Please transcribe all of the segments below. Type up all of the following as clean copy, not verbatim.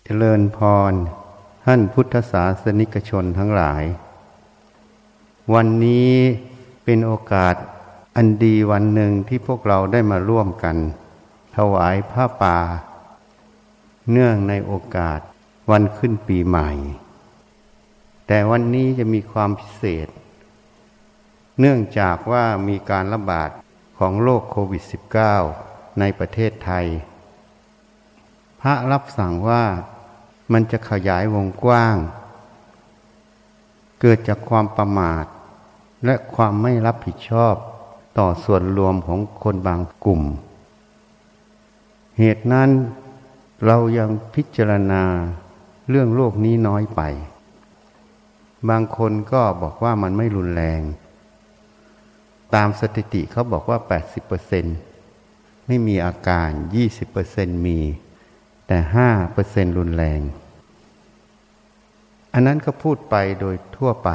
เจริญพรท่านพุทธศาสนิกชนทั้งหลายวันนี้เป็นโอกาสอันดีวันหนึ่งที่พวกเราได้มาร่วมกันถวายผ้าป่าเนื่องในโอกาสวันขึ้นปีใหม่แต่วันนี้จะมีความพิเศษเนื่องจากว่ามีการระบาดของโรคโควิด -19 ในประเทศไทยพระรับสั่งว่ามันจะขยายวงกว้างเกิดจากความประมาทและความไม่รับผิดชอบต่อส่วนรวมของคนบางกลุ่มเหตุนั้นเรายังพิจารณาเรื่องโรคนี้น้อยไปบางคนก็บอกว่ามันไม่รุนแรงตามสถิติเขาบอกว่า 80% ไม่มีอาการ 20% มีแต่ 5% รุนแรงอันนั้นก็พูดไปโดยทั่วไป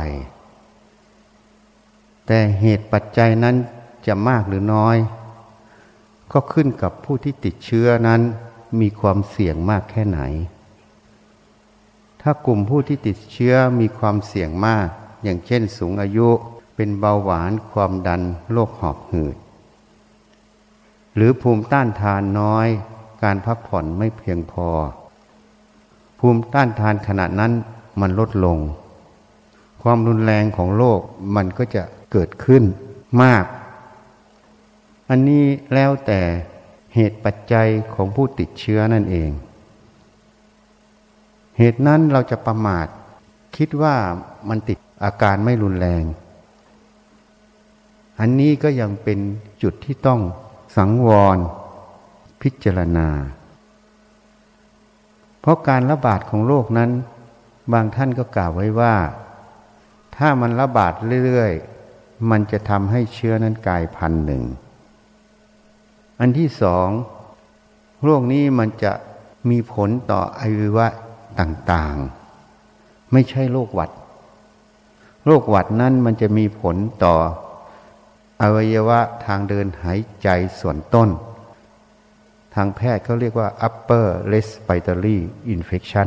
แต่เหตุปัจจัยนั้นจะมากหรือน้อยก็ขึ้นกับผู้ที่ติดเชื้อนั้นมีความเสี่ยงมากแค่ไหนถ้ากลุ่มผู้ที่ติดเชื้อมีความเสี่ยงมากอย่างเช่นสูงอายุเป็นเบาหวานความดันโรคหอบหืดหรือภูมิต้านทานน้อยการพักผ่อนไม่เพียงพอภูมิต้านทานขณะนั้นมันลดลงความรุนแรงของโรคมันก็จะเกิดขึ้นมากอันนี้แล้วแต่เหตุปัจจัยของผู้ติดเชื้อนั่นเองเหตุนั้นเราจะประมาทคิดว่ามันติดอาการไม่รุนแรงอันนี้ก็ยังเป็นจุดที่ต้องสังวรพิจารณาเพราะการระบาดของโรคนั้นบางท่านก็กล่าวไว้ว่าถ้ามันระบาดเรื่อยๆมันจะทำให้เชื้อนั้นกลายพันธุ์หนึ่งอันที่สองโรคนี้มันจะมีผลต่ออวัยวะต่างๆไม่ใช่โรคหวัดโรคหวัดนั้นมันจะมีผลต่ออวัยวะทางเดินหายใจส่วนต้นทางแพทย์เขาเรียกว่า upper respiratory infection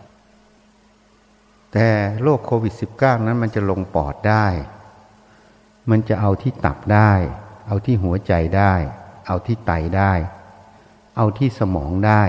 แต่โรคโควิด -19 นั้นมันจะลงปอดได้มันจะเอาที่ตับได้เอาที่หัวใจได้เอาที่ไตได้เอาที่สมองได้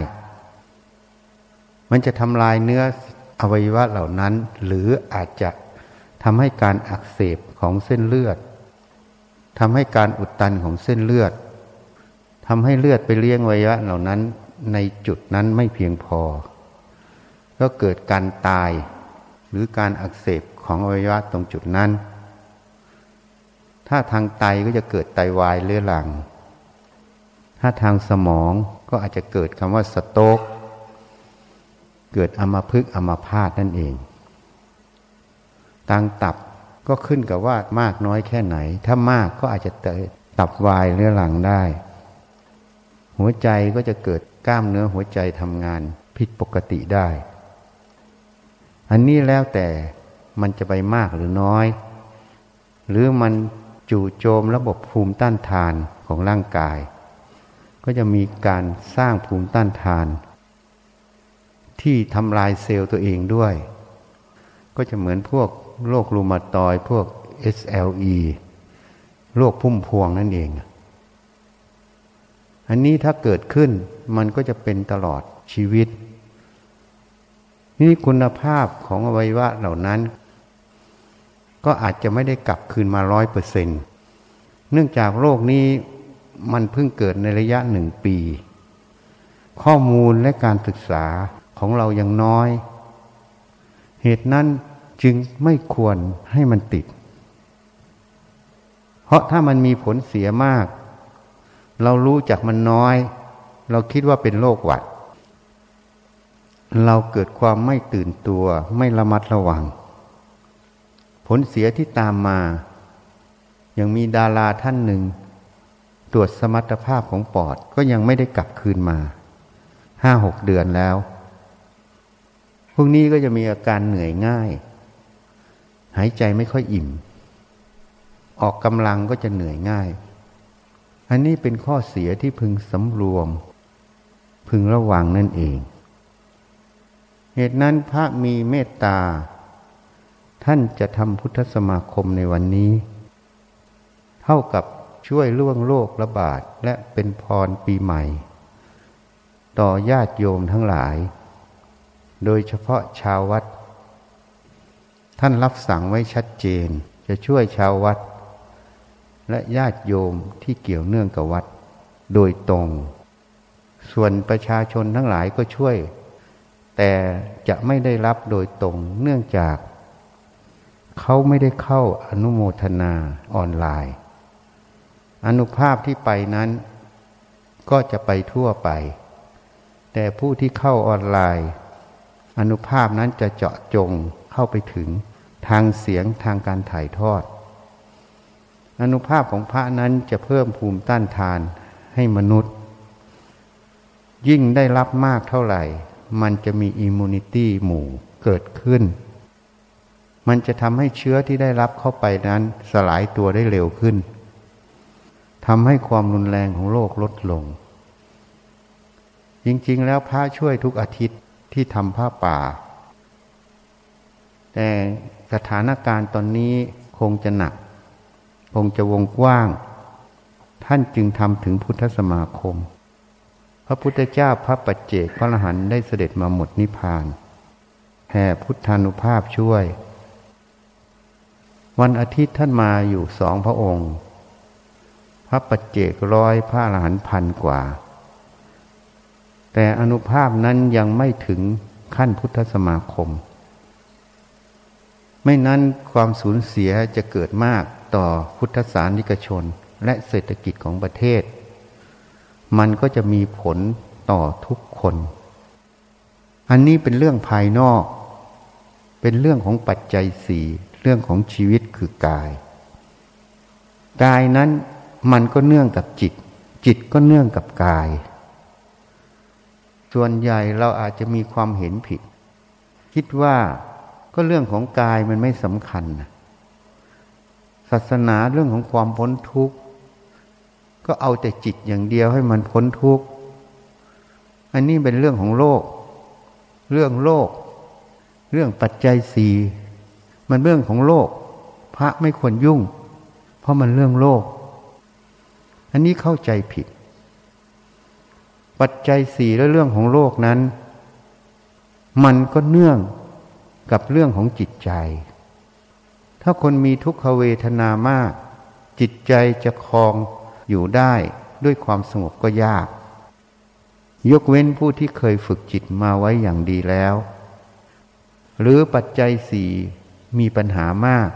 มันจะทำลายเนื้ออวัยวะเหล่านั้นหรืออาจจะทำให้การอักเสบของเส้นเลือดทำให้การอุดตันของเส้นเลือดทำให้เลือดไปเลี้ยงอวัยวะเหล่านั้นในจุดนั้นไม่เพียงพอก็เกิดการตายหรือการอักเสบของอวัยวะตรงจุดนั้นถ้าทางไตก็จะเกิดไตวายเรื้อรังถ้าทางสมองก็อาจจะเกิดคำว่าสโตรกเกิดอัมพฤกษ์อัมพาตนั่นเองทางตับก็ขึ้นกับว่ามากน้อยแค่ไหนถ้ามากก็อาจจะตับวายเรื้อรังได้หัวใจก็จะเกิดกล้ามเนื้อหัวใจทำงานผิดปกติได้อันนี้แล้วแต่มันจะไปมากหรือน้อยหรือมันจู่โจมระบบภูมิต้านทานของร่างกายก็จะมีการสร้างภูมิต้านทานที่ทำลายเซลล์ตัวเองด้วยก็จะเหมือนพวกโรครูมาตอยด์พวก SLE โรคพุ่มพวงนั่นเองอันนี้ถ้าเกิดขึ้นมันก็จะเป็นตลอดชีวิตนี่คุณภาพของอวัยวะเหล่านั้นก็อาจจะไม่ได้กลับคืนมา 100% เนื่องจากโรคนี้มันเพิ่งเกิดในระยะ1 ปีข้อมูลและการศึกษาของเรายังน้อยเหตุนั้นจึงไม่ควรให้มันติดเพราะถ้ามันมีผลเสียมากเรารู้จักมันน้อยเราคิดว่าเป็นโรคหวัดเราเกิดความไม่ตื่นตัวไม่ระมัดระวังผลเสียที่ตามมายังมีดาราท่านหนึ่งตรวจสมรรถภาพของปอดก็ยังไม่ได้กลับคืนมา 5-6 เดือนแล้วพวกนี้ก็จะมีอาการเหนื่อยง่ายหายใจไม่ค่อยอิ่มออกกำลังก็จะเหนื่อยง่ายอันนี้เป็นข้อเสียที่พึงสำรวมพึงระวังนั่นเองเหตุนั้นพระมีเมตตาท่านจะทำพุทธสมาคมในวันนี้เท่ากับช่วยล่วงโรคระบาดและเป็นพรปีใหม่ต่อญาติโยมทั้งหลายโดยเฉพาะชาววัดท่านรับสั่งไว้ชัดเจนจะช่วยชาววัดและญาติโยมที่เกี่ยวเนื่องกับวัดโดยตรงส่วนประชาชนทั้งหลายก็ช่วยแต่จะไม่ได้รับโดยตรงเนื่องจากเขาไม่ได้เข้าอนุโมทนาออนไลน์อานุภาพที่ไปนั้นก็จะไปทั่วไปแต่ผู้ที่เข้าออนไลน์อานุภาพนั้นจะเจาะจงเข้าไปถึงทางเสียงทางการถ่ายทอดอานุภาพของพระนั้นจะเพิ่มภูมิต้านทานให้มนุษย์ยิ่งได้รับมากเท่าไหร่มันจะมีอิมมูนิตี้หมู่เกิดขึ้นมันจะทำให้เชื้อที่ได้รับเข้าไปนั้นสลายตัวได้เร็วขึ้นทำให้ความรุนแรงของโรคลดลงจริงๆแล้วพระช่วยทุกอาทิตย์ที่ทำผ้าป่าแต่สถานการณ์ตอนนี้คงจะหนักคงจะวงกว้างท่านจึงทำถึงพุทธสมาคมพระพุทธเจ้าพระปัจเจกพระอรหันต์ได้เสด็จมาหมดนิพพานแผ่พุทธานุภาพช่วยวันอาทิตย์ท่านมาอยู่2 พระองค์พระปัจเจก100พระอรหันต์พันกว่าแต่อานุภาพนั้นยังไม่ถึงขั้นพุทธสมาคมไม่นั้นความสูญเสียจะเกิดมากต่อพุทธศาสนิกชนและเศรษฐกิจของประเทศมันก็จะมีผลต่อทุกคนอันนี้เป็นเรื่องภายนอกเป็นเรื่องของปัจจัย4เรื่องของชีวิตคือกายกายนั้นมันก็เนื่องกับจิตจิตก็เนื่องกับกายส่วนใหญ่เราอาจจะมีความเห็นผิดคิดว่าก็เรื่องของกายมันไม่สำคัญนะศาสนาเรื่องของความพ้นทุกข์ก็เอาแต่จิตอย่างเดียวให้มันพ้นทุกข์อันนี้เป็นเรื่องของโลกเรื่องปัจจัย4มันเรื่องของโลกพระไม่ควรยุ่งเพราะมันเรื่องโลกอันนี้เข้าใจผิดปัจจัย4และเรื่องของโลกนั้นมันก็เนื่องกับเรื่องของจิตใจถ้าคนมีทุกขเวทนามากจิตใจจะครองอยู่ได้ด้วยความสงบก็ยากยกเว้นผู้ที่เคยฝึกจิตมาไว้อย่างดีแล้วหรือปัจจัย4มีปัญหามาก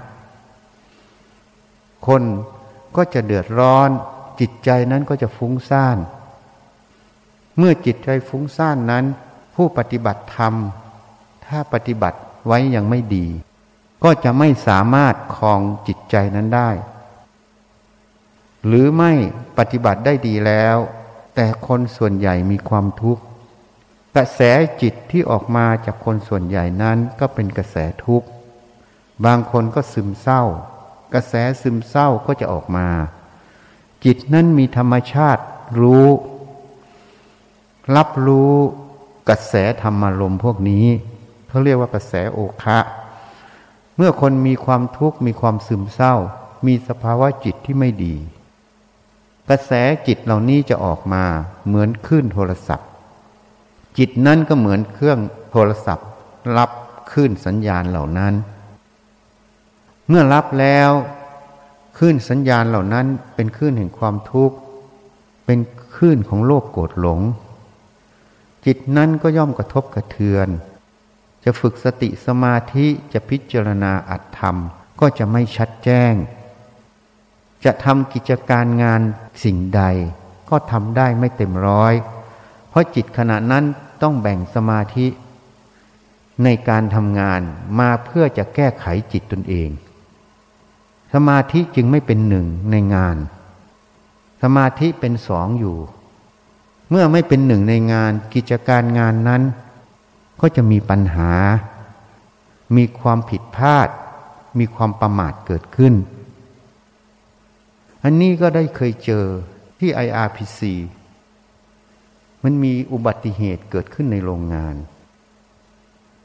คนก็จะเดือดร้อนจิตใจนั้นก็จะฟุ้งซ่านเมื่อจิตใจฟุ้งซ่านนั้นผู้ปฏิบัติธรรมถ้าปฏิบัติไว้ยังไม่ดีก็จะไม่สามารถครองจิตใจนั้นได้หรือไม่ปฏิบัติได้ดีแล้วแต่คนส่วนใหญ่มีความทุกข์กระแสจิตที่ออกมาจากคนส่วนใหญ่นั้นก็เป็นกระแสทุกข์บางคนก็ซึมเศร้ากระแสซึมเศร้าก็จะออกมาจิตนั้นมีธรรมชาติรู้รับรู้กระแสธรรมารมณ์พวกนี้เขาเรียกว่ากระแสโอคะเมื่อคนมีความทุกข์มีความซึมเศร้ามีสภาวะจิตที่ไม่ดีกระแสจิตเหล่านี้จะออกมาเหมือนคลื่นโทรศัพท์จิตนั้นก็เหมือนเครื่องโทรศัพท์รับคลื่นสัญญาณเหล่านั้นเมื่อรับแล้วคลื่นสัญญาณเหล่านั้นเป็นคลื่นแห่งความทุกข์เป็นคลื่นของโลภโกรธหลงจิตนั้นก็ย่อมกระทบกระเทือนจะฝึกสติสมาธิจะพิจารณาอัตธรรมก็จะไม่ชัดแจ้งจะทำกิจการงานสิ่งใดก็ทำได้ไม่เต็มร้อยเพราะจิตขณะนั้นต้องแบ่งสมาธิในการทำงานมาเพื่อจะแก้ไขจิตตนเองสมาธิจึงไม่เป็น1ในงานสมาธิเป็น2อยู่เมื่อไม่เป็น1ในงานกิจการงานนั้นก็จะมีปัญหามีความผิดพลาดมีความประมาทเกิดขึ้นอันนี้ก็ได้เคยเจอที่ IRPC มันมีอุบัติเหตุเกิดขึ้นในโรงงาน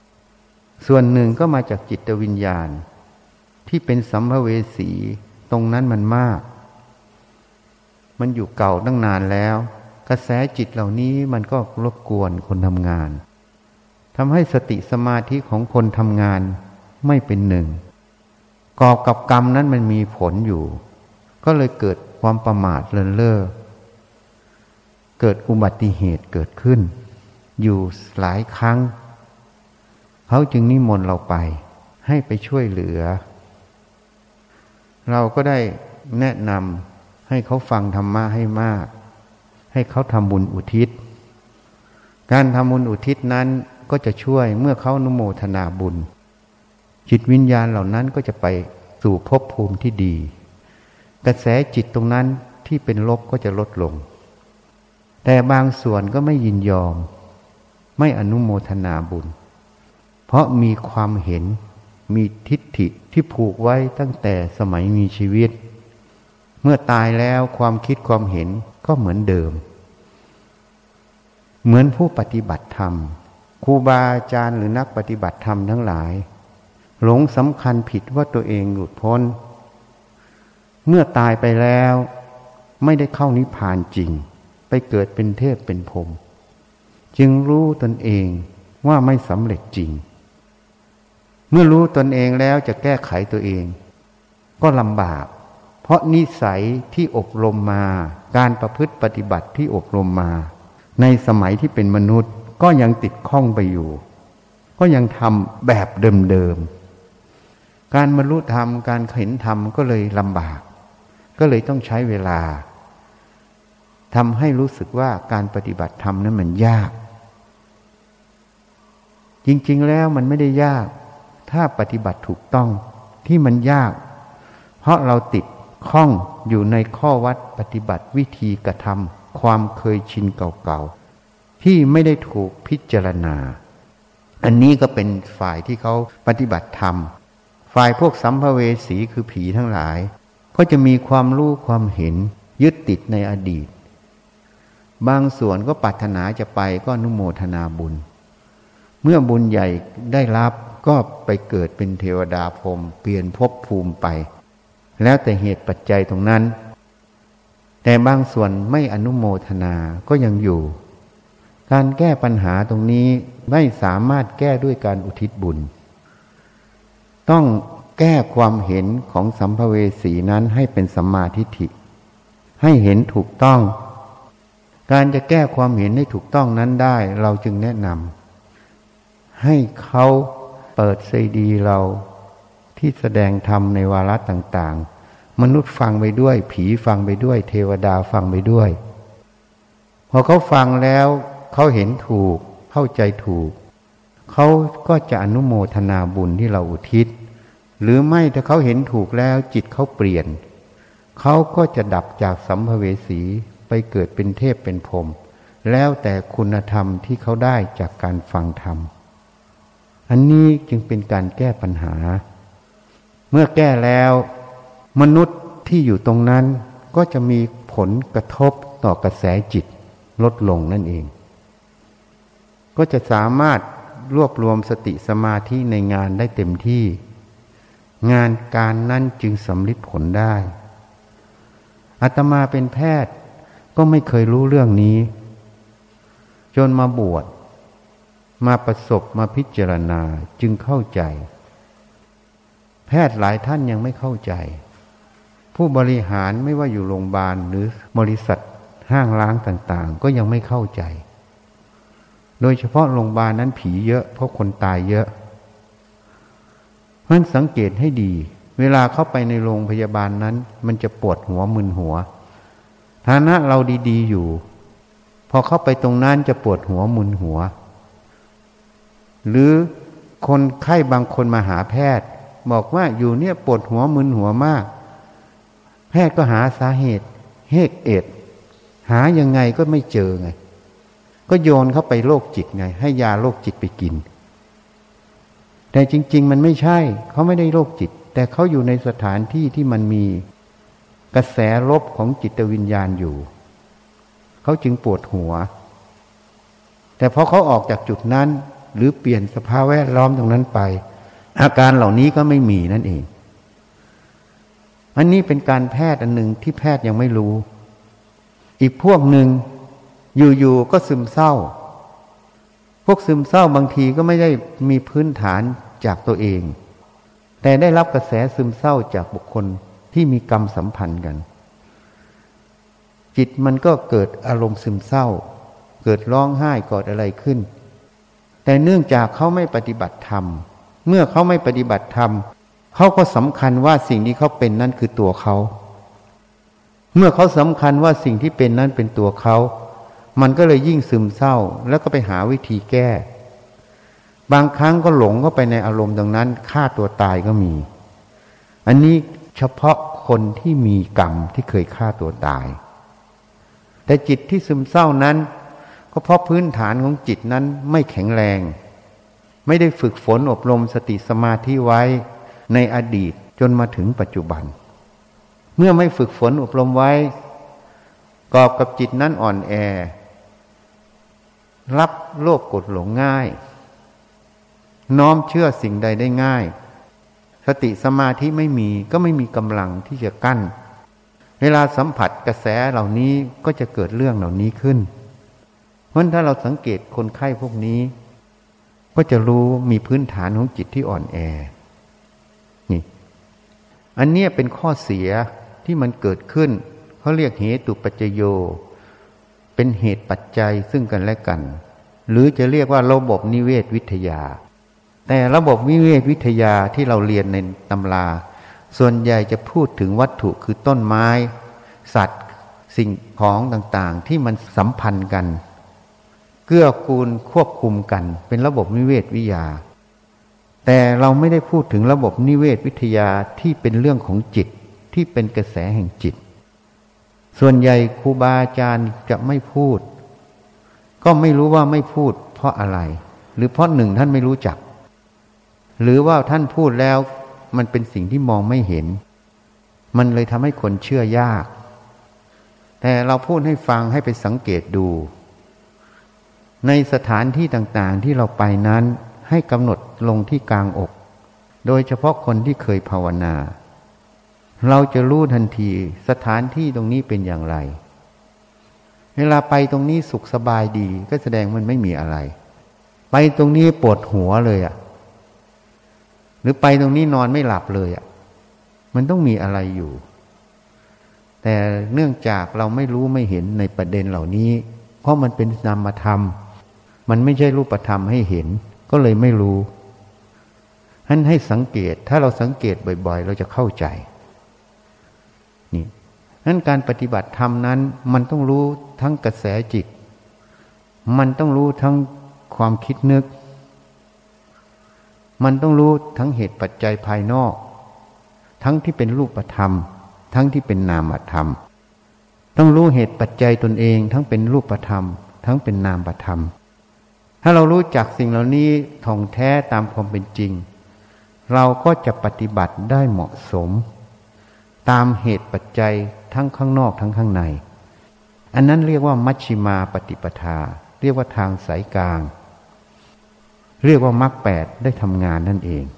ส่วนหนึ่งก็มาจากจิตวิญญาณที่เป็นสัมภเวสีตรงนั้นมันมากมันอยู่เก่าตั้งนานแล้วกระแสจิตเหล่านี้มันก็รบกวนคนทำงานทำให้สติสมาธิของคนทำงานไม่เป็นหนึ่งกอบกับกรรมนั้นมันมีผลอยู่ก็เลยเกิดความประมาทเลินเล่อเกิดอุบัติเหตุเกิดขึ้นอยู่หลายครั้งเขาจึงนิมนต์เราไปให้ไปช่วยเหลือเราก็ได้แนะนำให้เขาฟังธรรมะให้มากให้เขาทำบุญอุทิศการทำบุญอุทิศนั้นก็จะช่วยเมื่อเขาอนุโมทนาบุญจิตวิญญาณเหล่านั้นก็จะไปสู่ภพภูมิที่ดีกระแสจิตตรงนั้นที่เป็นลบก็จะลดลงแต่บางส่วนก็ไม่ยินยอมไม่อนุโมทนาบุญเพราะมีความเห็นมีทิฏฐิที่ผูกไว้ตั้งแต่สมัยมีชีวิตเมื่อตายแล้วความคิดความเห็นก็เหมือนเดิมเหมือนผู้ปฏิบัติธรรมครูบาอาจารย์หรือนักปฏิบัติธรรมทั้งหลายหลงสำคัญผิดว่าตัวเองหลุดพ้นเมื่อตายไปแล้วไม่ได้เข้านิพพานจริงไปเกิดเป็นเทพเป็นพรหมจึงรู้ตนเองว่าไม่สำเร็จจริงเมื่อรู้ตนเองแล้วจะแก้ไขตัวเองก็ลำบากเพราะนิสัยที่อบรมมาการประพฤติปฏิบัติที่อบรมมาในสมัยที่เป็นมนุษย์ก็ยังติดข้องไปอยู่ก็ยังทำแบบเดิมๆการบรรลุธรรมการเห็นธรรมก็เลยลำบากก็เลยต้องใช้เวลาทำให้รู้สึกว่าการปฏิบัติธรรมนั้นมันยากจริงๆแล้วมันไม่ได้ยากถ้าปฏิบัติถูกต้องที่มันยากเพราะเราติดข้องอยู่ในข้อวัดปฏิบัติวิธีกระทำความเคยชินเก่าๆที่ไม่ได้ถูกพิจารณาอันนี้ก็เป็นฝ่ายที่เขาปฏิบัติธรรมฝ่ายพวกสัมภเวสีคือผีทั้งหลายก็จะมีความรู้ความเห็นยึดติดในอดีตบางส่วนก็ปรารถนาจะไปก็อนุโมทนาบุญเมื่อบุญใหญ่ได้รับก็ไปเกิดเป็นเทวดาพรหมเปลี่ยนภพภูมิไปแล้วแต่เหตุปัจจัยตรงนั้นแต่บางส่วนไม่อนุโมทนาก็ยังอยู่การแก้ปัญหาตรงนี้ไม่สามารถแก้ด้วยการอุทิศบุญต้องแก้ความเห็นของสัมภเวสีนั้นให้เป็นสัมมาทิฏฐิให้เห็นถูกต้องการจะแก้ความเห็นให้ถูกต้องนั้นได้เราจึงแนะนำให้เขาเปิดซีดีเราที่แสดงธรรมในวาระต่างๆมนุษย์ฟังไปด้วยผีฟังไปด้วยเทวดาฟังไปด้วยพอเขาฟังแล้วเขาเห็นถูกเข้าใจถูกเขาก็จะอนุโมทนาบุญที่เราอุทิศหรือไม่ถ้าเขาเห็นถูกแล้วจิตเขาเปลี่ยนเขาก็จะดับจากสัมภเวสีไปเกิดเป็นเทพเป็นพรหมแล้วแต่คุณธรรมที่เขาได้จากการฟังธรรมอันนี้จึงเป็นการแก้ปัญหาเมื่อแก้แล้วมนุษย์ที่อยู่ตรงนั้นก็จะมีผลกระทบต่อกระแสจิตลดลงนั่นเองก็จะสามารถรวบรวมสติสมาธิในงานได้เต็มที่งานการนั้นจึงสำลิดผลได้อาตมาเป็นแพทย์ก็ไม่เคยรู้เรื่องนี้จนมาบวชมาประสบมาพิจารณาจึงเข้าใจแพทย์หลายท่านยังไม่เข้าใจผู้บริหารไม่ว่าอยู่โรงพยาบาลหรือบริษัทห้างร้างต่างๆก็ยังไม่เข้าใจโดยเฉพาะโรงพยาบาลนั้นผีเยอะเพราะคนตายเยอะเพราะฉะนั้นสังเกตให้ดีเวลาเข้าไปในโรงพยาบาลนั้นมันจะปวดหัวมึนหัวฐานะเราดีๆอยู่พอเข้าไปตรงนั้นจะปวดหัวมึนหัวหรือคนไข้บางคนมาหาแพทย์บอกว่าอยู่เนี่ยปวดหัวมึนหัวมากแพทย์ก็หาสาเหตุเอดหายังไงก็ไม่เจอไงก็โยนเข้าไปโรคจิตไงให้ยาโรคจิตไปกินแต่จริงๆมันไม่ใช่เขาไม่ได้โรคจิตแต่เขาอยู่ในสถานที่ที่มันมีกระแสลบของจิตวิญญาณอยู่เขาจึงปวดหัวแต่พอเขาออกจากจุดนั้นหรือเปลี่ยนสภาพแวดล้อมตรงนั้นไปอาการเหล่านี้ก็ไม่มีนั่นเองอันนี้เป็นการแพทย์อันหนึ่งที่แพทย์ยังไม่รู้อีกพวกหนึ่งอยู่ๆก็ซึมเศร้าพวกซึมเศร้าบางทีก็ไม่ได้มีพื้นฐานจากตัวเองแต่ได้รับกระแสซึมเศร้าจากบุคคลที่มีกรรมสัมพันธ์กันจิตมันก็เกิดอารมณ์ซึมเศร้าเกิดร้องไห้เกิดอะไรขึ้นแต่เนื่องจากเขาไม่ปฏิบัติธรรมเมื่อเขาไม่ปฏิบัติธรรมเขาก็สำคัญว่าสิ่งที่เขาเป็นนั่นคือตัวเขาเมื่อเขาสำคัญว่าสิ่งที่เป็นนั้นเป็นตัวเขามันก็เลยยิ่งซึมเศร้าแล้วก็ไปหาวิธีแก้บางครั้งก็หลงเข้าไปในอารมณ์ตรงนั้นฆ่าตัวตายก็มีอันนี้เฉพาะคนที่มีกรรมที่เคยฆ่าตัวตายแต่จิตที่ซึมเศร้านั้นก็เพราะพื้นฐานของจิตนั้นไม่แข็งแรงไม่ได้ฝึกฝนอบรมสติสมาธิไว้ในอดีตจนมาถึงปัจจุบันเมื่อไม่ฝึกฝนอบรมไว้กอบกับจิตนั้นอ่อนแอรับโลภโกรธหลงง่ายน้อมเชื่อสิ่งใดได้ง่ายสติสมาธิไม่มีก็ไม่มีกำลังที่จะกั้นเวลาสัมผัสกระแสเหล่านี้ก็จะเกิดเรื่องเหล่านี้ขึ้นเพราะถ้าเราสังเกตคนไข้พวกนี้ก็จะรู้มีพื้นฐานของจิตที่อ่อนแอนี่อันเนี้ยเป็นข้อเสียที่มันเกิดขึ้นเขาเรียกเหตุปัจจโยเป็นเหตุปัจจัยซึ่งกันและกันหรือจะเรียกว่าระบบนิเวศวิทยาแต่ระบบนิเวศวิทยาที่เราเรียนในตำราส่วนใหญ่จะพูดถึงวัตถุคือต้นไม้สัตว์สิ่งของต่างๆที่มันสัมพันธ์กันเกื้อกูลควบคุมกันเป็นระบบนิเวศวิทยาแต่เราไม่ได้พูดถึงระบบนิเวศวิทยาที่เป็นเรื่องของจิตที่เป็นกระแสแห่งจิตส่วนใหญ่ครูบาอาจารย์จะไม่พูดก็ไม่รู้ว่าไม่พูดเพราะอะไรหรือเพราะหนึ่งท่านไม่รู้จักหรือว่าท่านพูดแล้วมันเป็นสิ่งที่มองไม่เห็นมันเลยทำให้คนเชื่อยากแต่เราพูดให้ฟังให้ไปสังเกตดูในสถานที่ต่างๆที่เราไปนั้นให้กำหนดลงที่กลางอกโดยเฉพาะคนที่เคยภาวนาเราจะรู้ทันทีสถานที่ตรงนี้เป็นอย่างไรเวลาไปตรงนี้สุขสบายดีก็แสดงมันไม่มีอะไรไปตรงนี้ปวดหัวเลยหรือไปตรงนี้นอนไม่หลับเลยมันต้องมีอะไรอยู่แต่เนื่องจากเราไม่รู้ไม่เห็นในประเด็นเหล่านี้เพราะมันเป็นนามธรรมมันไม่ใช่รูปธรรมให้เห็นก็เลยไม่รู้ท่านให้สังเกตถ้าเราสังเกตบ่อยๆเราจะเข้าใจนี่นั้นการปฏิบัติธรรมนั้นมันต้องรู้ทั้งกระแสจิตมันต้องรู้ทั้งความคิดนึกมันต้องรู้ทั้งเหตุปัจจัยภายนอกทั้งที่เป็นรูปธรรมทั้งที่เป็นนามธรรมต้องรู้เหตุปัจจัยตนเองทั้งเป็นรูปธรรมทั้งเป็นนามธรรมถ้าเรารู้จักสิ่งเหล่านี้ท่องแท้ตามความเป็นจริงเราก็จะปฏิบัติได้เหมาะสมตามเหตุปัจจัยทั้งข้างนอกทั้งข้างในอันนั้นเรียกว่ามัชฌิมาปฏิปทาเรียกว่าทางสายกลางเรียกว่ามรรคแปดได้ทำงานนั่นเอง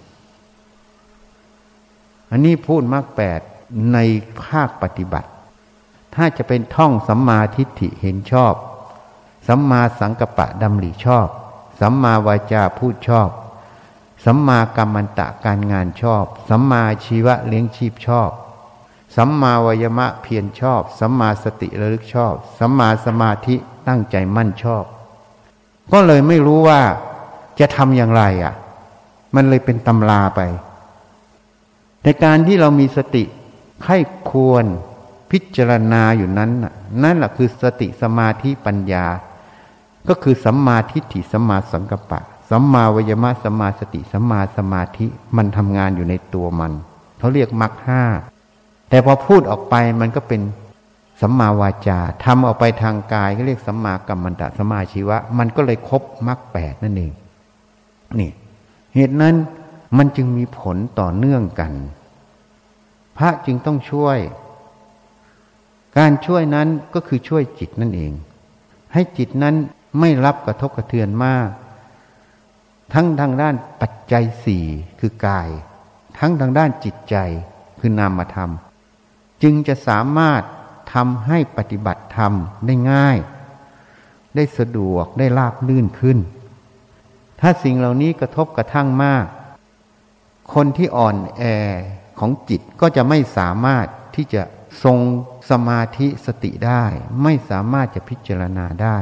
อันนี้พูดมรรคแปดในภาคปฏิบัติถ้าจะเป็นท่องสัมมาทิฏฐิเห็นชอบสัมมาสังกัปปะดำริชอบสัมมาวาจาพูดชอบสัมมากัมมันตะการงานชอบสัมมาชีวะเลี้ยงชีพชอบสัมมาวายามะเพียรชอบสัมมาสติระลึกชอบสัมมาสมาธิตั้งใจมั่นชอบก็เลยไม่รู้ว่าจะทำอย่างไรมันเลยเป็นตำราไปในการที่เรามีสติใคร่ควรพิจารณาอยู่นั้นนั่นแหละคือสติสมาธิปัญญาก็คือสัมมาทิฏฐิสัมมาสังกัปปะสัมมาวายามะสัมมาสติสัมมาสมาธิมันทำงานอยู่ในตัวมันเขาเรียกมรรคห้าแต่พอพูดออกไปมันก็เป็นสัมมาวาจาทำออกไปทางกายก็เรียกสัมมากัมมันตะสัมมาชีวะมันก็เลยครบมรรคแปดนั่นเองนี่เหตุนั้นมันจึงมีผลต่อเนื่องกันพระจึงต้องช่วยการช่วยนั้นก็คือช่วยจิตนั่นเองให้จิตนั้นไม่รับกระทบกระเทือนมากทั้งทางด้านปัจจัยสี่คือกายทั้งทางด้านจิตใจคือนามธรรมจึงจะสามารถทำให้ปฏิบัติธรรมได้ง่ายได้สะดวกได้ราบรื่นขึ้นถ้าสิ่งเหล่านี้กระทบกระทั่งมากคนที่อ่อนแอของจิตก็จะไม่สามารถที่จะทรงสมาธิสติได้ไม่สามารถจะพิจารณาได้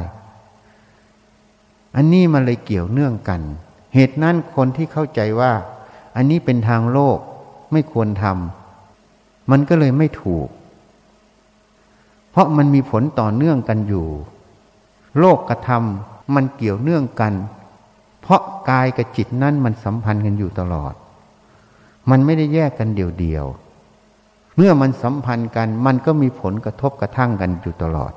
อันนี้มันเลยเกี่ยวเนื่องกันเหตุนั้นคนที่เข้าใจว่าอันนี้เป็นทางโลกไม่ควรทำมันก็เลยไม่ถูกเพราะมันมีผลต่อเนื่องกันอยู่โลกกับธรรมมันเกี่ยวเนื่องกันเพราะกายกับจิตนั้นมันสัมพันธ์กันอยู่ตลอดมันไม่ได้แยกกันเดี่ยวๆเมื่อมันสัมพันธ์กันมันก็มีผลกระทบกระทั่งกันอยู่ตลอด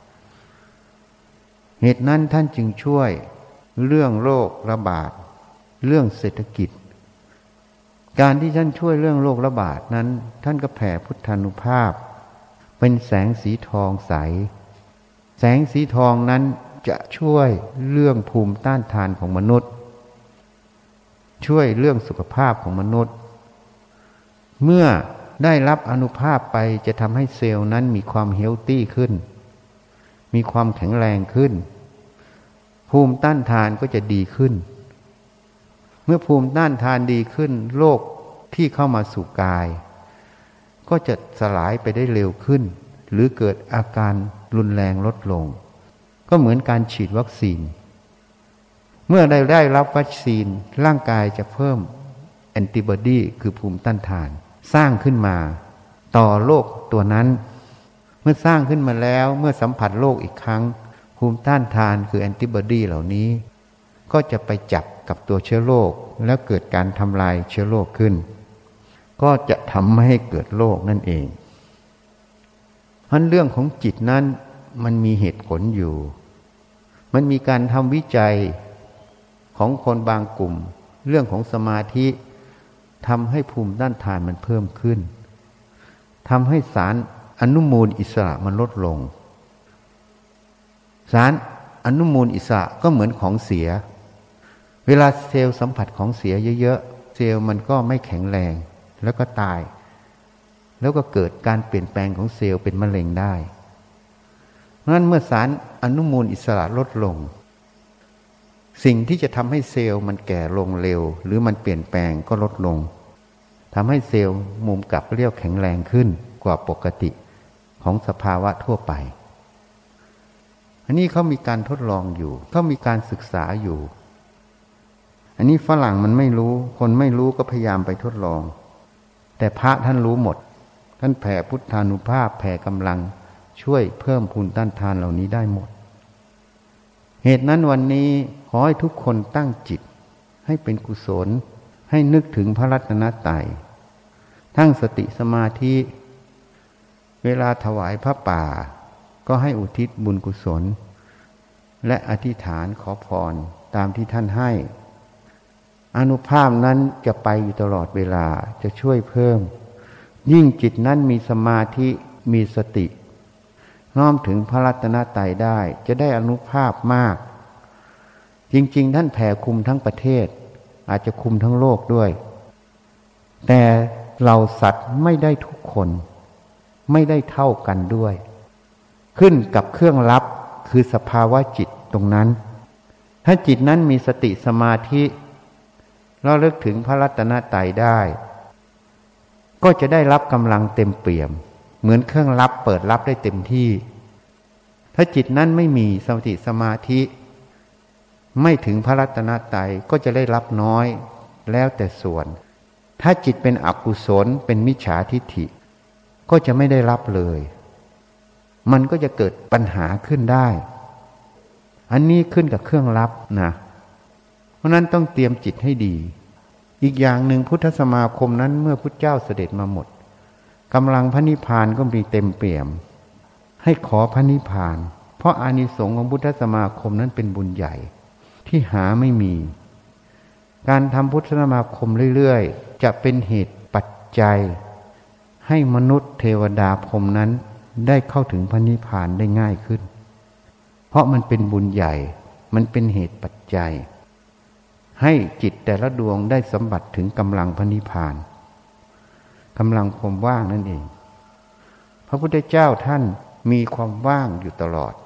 เหตุนั้นท่านจึงช่วยเรื่องโรคระบาดเรื่องเศรษฐกิจการที่ท่านช่วยเรื่องโรคระบาดนั้นท่านก็แผ่พุทธานุภาพเป็นแสงสีทองใสแสงสีทองนั้นจะช่วยเรื่องภูมิต้านทานของมนุษย์ช่วยเรื่องสุขภาพของมนุษย์เมื่อได้รับอานุภาพไปจะทำให้เซลล์นั้นมีความเฮลตี้ขึ้นมีความแข็งแรงขึ้นภูมิต้านทานก็จะดีขึ้นเมื่อภูมิต้านทานดีขึ้นโรคที่เข้ามาสู่กายก็จะสลายไปได้เร็วขึ้นหรือเกิดอาการรุนแรงลดลงก็เหมือนการฉีดวัคซีนเมื่อได้รับวัคซีนร่างกายจะเพิ่มแอนติบอดีคือภูมิต้านทานสร้างขึ้นมาต่อโรคตัวนั้นเมื่อสร้างขึ้นมาแล้วเมื่อสัมผัสโรคอีกครั้งภูมิต้านทานคือแอนติบอดีเหล่านี้ก็จะไปจับกับตัวเชื้อโรคแล้วเกิดการทำลายเชื้อโรคขึ้นก็จะทำให้เกิดโรคนั่นเองเพราะเรื่องของจิตนั้นมันมีเหตุผลอยู่มันมีการทำวิจัยของคนบางกลุ่มเรื่องของสมาธิทำให้ภูมิต้านทานมันเพิ่มขึ้นทำให้สารอนุมูลอิสระมันลดลงสารอนุมูลอิสระก็เหมือนของเสียเวลาเซลล์สัมผัสของเสียเยอะๆเซลล์มันก็ไม่แข็งแรงแล้วก็ตายแล้วก็เกิดการเปลี่ยนแปลงของเซลล์เป็นมะเร็งได้เพราะฉะนั้นเมื่อสารอนุมูลอิสระลดลงสิ่งที่จะทำให้เซลล์มันแก่ลงเร็วหรือมันเปลี่ยนแปลงก็ลดลงทำให้เซลล์มุมกลับเรียวแข็งแรงขึ้นกว่าปกติของสภาวะทั่วไปอันนี้เขามีการทดลองอยู่เขามีการศึกษาอยู่อันนี้ฝรั่งมันไม่รู้คนไม่รู้ก็พยายามไปทดลองแต่พระท่านรู้หมดท่านแผ่พุทธานุภาพแผ่กำลังช่วยเพิ่มภูมิต้านทานเหล่านี้ได้หมดเหตุนั้นวันนี้ขอให้ทุกคนตั้งจิตให้เป็นกุศลให้นึกถึงพระรัตนตรัยทั้งสติสมาธิเวลาถวายพระป่าก็ให้อุทิศบุญกุศลและอธิษฐานขอพรตามที่ท่านให้อานุภาพนั้นจะไปอยู่ตลอดเวลาจะช่วยเพิ่มยิ่งจิตนั้นมีสมาธิมีสติน้อมถึงพระรัตนตรัยได้จะได้อานุภาพมากจริงๆท่านแผ่คุมทั้งประเทศอาจจะคุมทั้งโลกด้วยแต่เราสัตว์ไม่ได้ทุกคนไม่ได้เท่ากันด้วยขึ้นกับเครื่องรับคือสภาวะจิตตรงนั้นถ้าจิตนั้นมีสติสมาธิระลึกถึงพระรัตนตรัยได้ก็จะได้รับกำลังเต็มเปี่ยมเหมือนเครื่องรับเปิดรับได้เต็มที่ถ้าจิตนั้นไม่มีสติสมาธิไม่ถึงพระรัตนตรัยก็จะได้รับน้อยแล้วแต่ส่วนถ้าจิตเป็นอกุศลเป็นมิจฉาทิฏฐิก็จะไม่ได้รับเลยมันก็จะเกิดปัญหาขึ้นได้อันนี้ขึ้นกับเครื่องรับนะเพราะนั้นต้องเตรียมจิตให้ดีอีกอย่างหนึ่งพุทธสมาคมนั้นเมื่อพุทธเจ้าเสด็จมาหมดกำลังพระนิพพานก็มีเต็มเปี่ยมให้ขอพระนิพพานเพราะอานิสงส์ของพุทธสมาคมนั้นเป็นบุญใหญ่ที่หาไม่มีการทำพุทธสมาคมเรื่อยๆจะเป็นเหตุปัจจัยให้มนุษย์เทวดาพรหมนั้นได้เข้าถึงพระนิพพานได้ง่ายขึ้นเพราะมันเป็นบุญใหญ่มันเป็นเหตุปัจจัยให้จิตแต่ละดวงได้สัมผัสถึงกำลังพระนิพพานกำลังความว่างนั่นเองพระพุทธเจ้าท่านมีความว่างอยู่ตลอด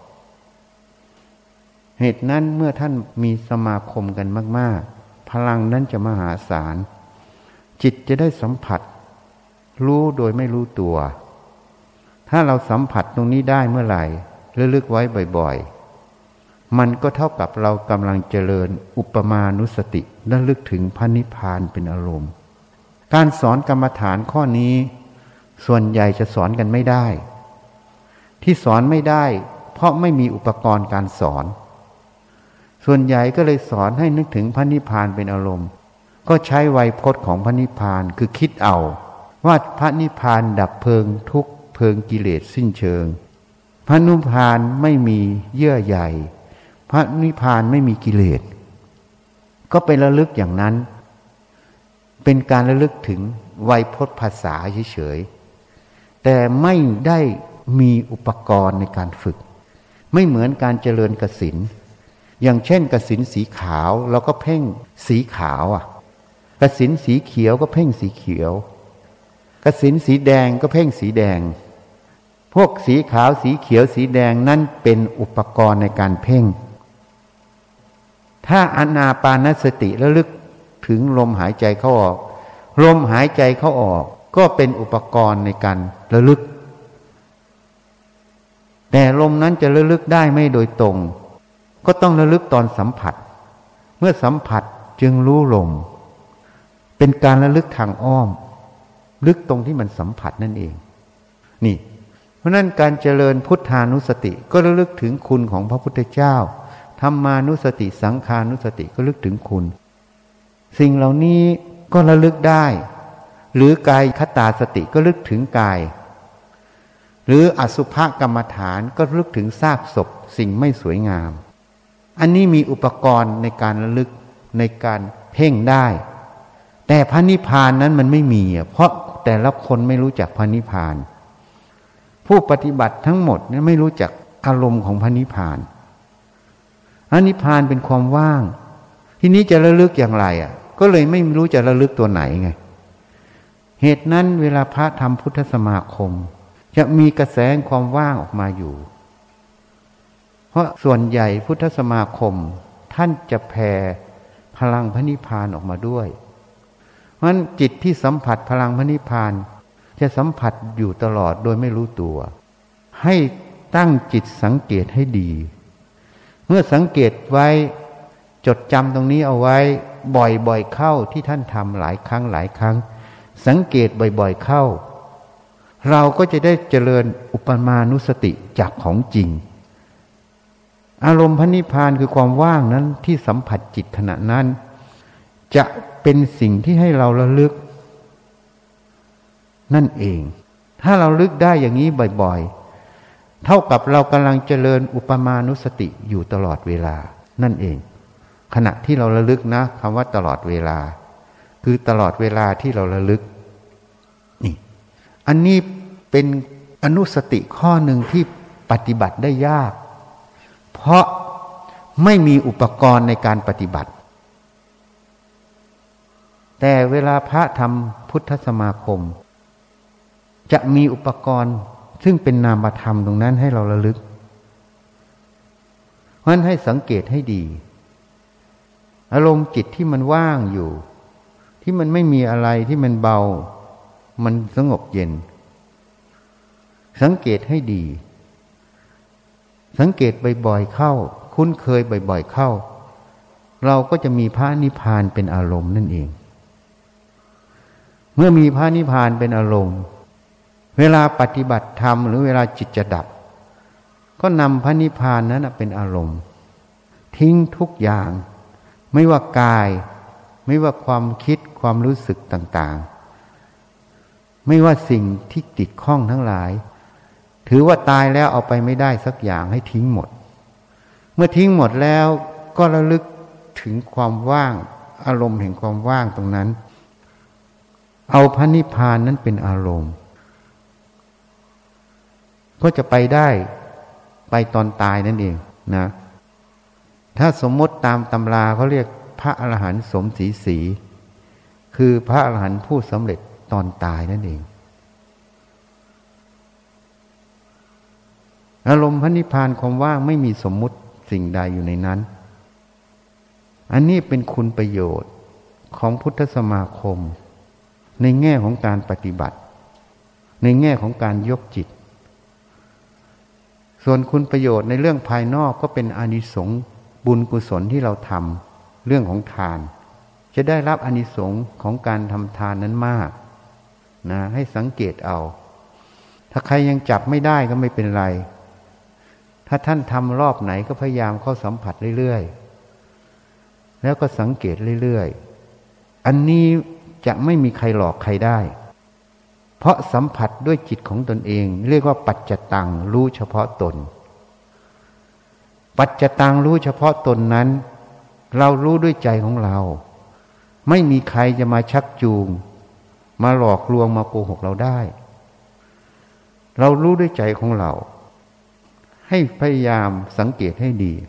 เหตุนั้นเมื่อท่านมีสมาคมกันมากๆพลังนั้นจะมหาศาลจิตจะได้สัมผัสรู้โดยไม่รู้ตัวถ้าเราสัมผัสตรงนี้ได้เมื่อไหร่ระลึกไว้บ่อยๆมันก็เท่ากับเรากำลังเจริญอุปมานุสติระลึกถึงพระนิพพานเป็นอารมณ์การสอนกรรมฐานข้อนี้ส่วนใหญ่จะสอนกันไม่ได้ที่สอนไม่ได้เพราะไม่มีอุปกรณ์การสอนส่วนใหญ่ก็เลยสอนให้นึกถึงพระนิพพานเป็นอารมณ์ก็ใช้ไวยพจน์ของพระนิพพานคือคิดเอาว่าพระนิพพานดับเพลิงทุกข์เพลิงกิเลสสิ้นเชิงพระนิพพานไม่มีเยื่อใยพระนิพพานไม่มีกิเลสก็เป็นระลึกอย่างนั้นเป็นการระลึกถึงไวยพจน์ภาษาเฉยๆแต่ไม่ได้มีอุปกรณ์ในการฝึกไม่เหมือนการเจริญกสิณอย่างเช่นกสิณสีขาวเราก็เพ่งสีขาวกสิณสีเขียวก็เพ่งสีเขียวกสิณสีแดงก็เพ่งสีแดงพวกสีขาวสีเขียวสีแดงนั่นเป็นอุปกรณ์ในการเพ่งถ้าอานาปานสติระลึกถึงลมหายใจเข้าออกลมหายใจเข้าออกก็เป็นอุปกรณ์ในการระลึกแต่ลมนั้นจะระลึกได้ไม่โดยตรงก็ต้องระลึกตอนสัมผัสเมื่อสัมผัสจึงรู้ลมเป็นการระลึกทางอ้อมลึกตรงที่มันสัมผัสนั่นเองนี่เพราะนั้นการเจริญพุทธานุสติก็ระลึกถึงคุณของพระพุทธเจ้าธรรมานุสติสังฆานุสติก็ระลึกถึงคุณสิ่งเหล่านี้ก็ระลึกได้หรือกายคตาสติก็ระลึกถึงกายหรืออสุภกรรมฐานก็ระลึกถึงซากศพสิ่งไม่สวยงามอันนี้มีอุปกรณ์ในการระลึกในการเพ่งได้แต่พระนิพพานนั้นมันไม่มีเพราะแต่ละคนไม่รู้จักพระนิพพานผู้ปฏิบัติทั้งหมดเนี่ยไม่รู้จักอารมณ์ของพระนิพพานพระนิพพานเป็นความว่างทีนี้จะระลึกอย่างไรก็เลยไม่รู้จะระลึกตัวไหนไงเหตุนั้นเวลาพระทำพุทธสมาคมจะมีกระแสความว่างออกมาอยู่เพราะส่วนใหญ่พุทธสมาคมท่านจะแผ่พลังพระนิพพานออกมาด้วยเพราะฉะนั้นจิตที่สัมผัสพลังพระนิพพานจะสัมผัสอยู่ตลอดโดยไม่รู้ตัวให้ตั้งจิตสังเกตให้ดีเมื่อสังเกตไว้จดจำตรงนี้เอาไว้บ่อยๆเข้าที่ท่านทำหลายครั้งสังเกตบ่อยๆเข้าเราก็จะได้เจริญอุปมานุสติจากของจริงอารมณ์พระนิพพานคือความว่างนั้นที่สัมผัสจิตขณะนั้นจะเป็นสิ่งที่ให้เราระลึกนั่นเองถ้าเราลึกได้อย่างนี้บ่อยๆเท่ากับเรากำลังเจริญอุปมานุสติอยู่ตลอดเวลานั่นเองขณะที่เราระลึกนะคำว่าตลอดเวลาคือตลอดเวลาที่เราระลึกนี่อันนี้เป็นอนุสติข้อหนึ่งที่ปฏิบัติได้ยากเพราะไม่มีอุปกรณ์ในการปฏิบัติแต่เวลาพระทำพุทธสมาคมจะมีอุปกรณ์ซึ่งเป็นนามธรรมตรงนั้นให้เราระลึกเพราะฉะนั้นให้สังเกตให้ดีอารมณ์จิตที่มันว่างอยู่ที่มันไม่มีอะไรที่มันเบามันสงบเย็นสังเกตให้ดีสังเกตบ่อยๆเข้าคุ้นเคยบ่อยๆเข้าเราก็จะมีพระนิพพานเป็นอารมณ์นั่นเองเมื่อมีพระนิพพานเป็นอารมณ์เวลาปฏิบัติธรรมหรือเวลาจิตจะดับก็นำพระนิพพานนั้นเป็นอารมณ์ทิ้งทุกอย่างไม่ว่ากายไม่ว่าความคิดความรู้สึกต่างๆไม่ว่าสิ่งที่ติดข้องทั้งหลายถือว่าตายแล้วเอาไปไม่ได้สักอย่างให้ทิ้งหมดเมื่อทิ้งหมดแล้วก็ระลึกถึงความว่างอารมณ์แห่งความว่างตรงนั้นเอาพระนิพพานนั้นเป็นอารมณ์ก็จะไปได้ไปตอนตายนั่นเองนะถ้าสมมติตามตำราเขาเรียกพระอรหันต์สมศรีสีคือพระอรหันต์ผู้สำเร็จตอนตายนั่นเองอารมณ์พระนิพพานความว่างไม่มีสมมุติสิ่งใดอยู่ในนั้นอันนี้เป็นคุณประโยชน์ของพุทธสมาคมในแง่ของการปฏิบัติในแง่ของการยกจิตส่วนคุณประโยชน์ในเรื่องภายนอกก็เป็นอานิสงส์บุญกุศลที่เราทำเรื่องของทานจะได้รับอานิสงส์ของการทำทานนั้นมากนะให้สังเกตเอาถ้าใครยังจับไม่ได้ก็ไม่เป็นไรถ้าท่านทำรอบไหนก็พยายามเข้าสัมผัสเรื่อยๆแล้วก็สังเกตเรื่อยๆอันนี้จะไม่มีใครหลอกใครได้เพราะสัมผัสด้วยจิตของตนเองเรียกว่าปัจจตังรู้เฉพาะตนปัจจตังรู้เฉพาะตนนั้นเรารู้ด้วยใจของเราไม่มีใครจะมาชักจูงมาหลอกลวงมาโกหกเราได้เรารู้ด้วยใจของเราให้พยายามสังเกตให้ดี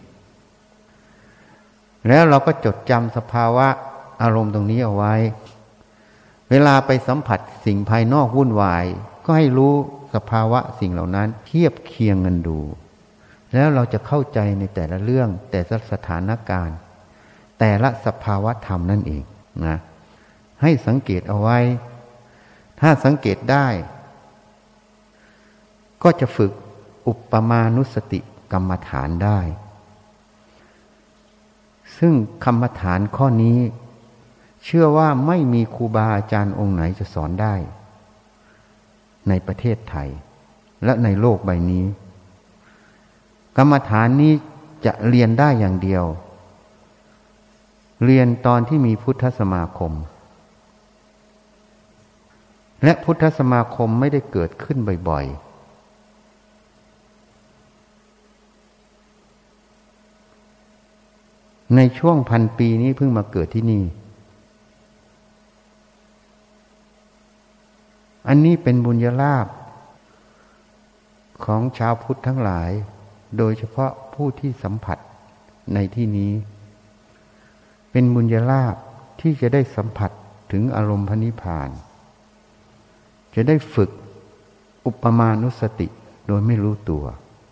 แล้วเราก็จดจำสภาวะอารมณ์ตรงนี้เอาไว้เวลาไปสัมผัสสิ่งภายนอกวุ่นวายก็ให้รู้สภาวะสิ่งเหล่านั้นเทียบเคียงกันดูแล้วเราจะเข้าใจในแต่ละเรื่องแต่ละสถานการณ์แต่ละสภาวะธรรมนั่นเองนะให้สังเกตเอาไว้ถ้าสังเกตได้ก็จะฝึกอุปมานุสติกรรมฐานได้ซึ่งกรรมฐานข้อนี้เชื่อว่าไม่มีครูบาอาจารย์องค์ไหนจะสอนได้ในประเทศไทยและในโลกใบนี้กรรมฐานนี้จะเรียนได้อย่างเดียวเรียนตอนที่มีพุทธสมาคมและพุทธสมาคมไม่ได้เกิดขึ้นบ่อยๆในช่วง1,000 ปีนี้เพิ่งมาเกิดที่นี่อันนี้เป็นบุญญาลาภของชาวพุทธทั้งหลายโดยเฉพาะผู้ที่สัมผัสในที่นี้เป็นบุญญาลาภที่จะได้สัมผัสถึงอารมณ์พระนิพพานจะได้ฝึกอุปมานุสติโดยไม่รู้ตัว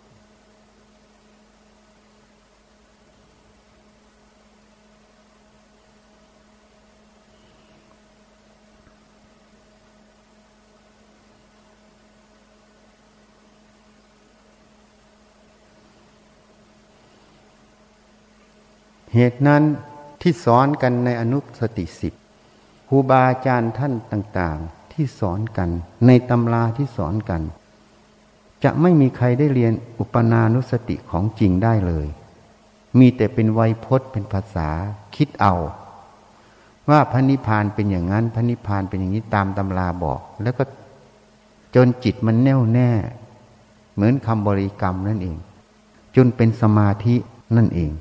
เหตุนั้นที่สอนกันในอนุสติ10ครูบาอาจารย์ท่านต่างๆที่สอนกันในตำราที่สอนกันจะไม่มีใครได้เรียนอุปนานุสติของจริงได้เลยมีแต่เป็นไวยพจน์เป็นภาษาคิดเอาว่าพระนิพพานเป็นอย่างนั้นพระนิพพานเป็นอย่างนี้ตามตำราบอกแล้วก็จนจิตมันแน่วแน่เหมือนคำบริกรรมนั่นเองจนเป็นสมาธินั่นเอง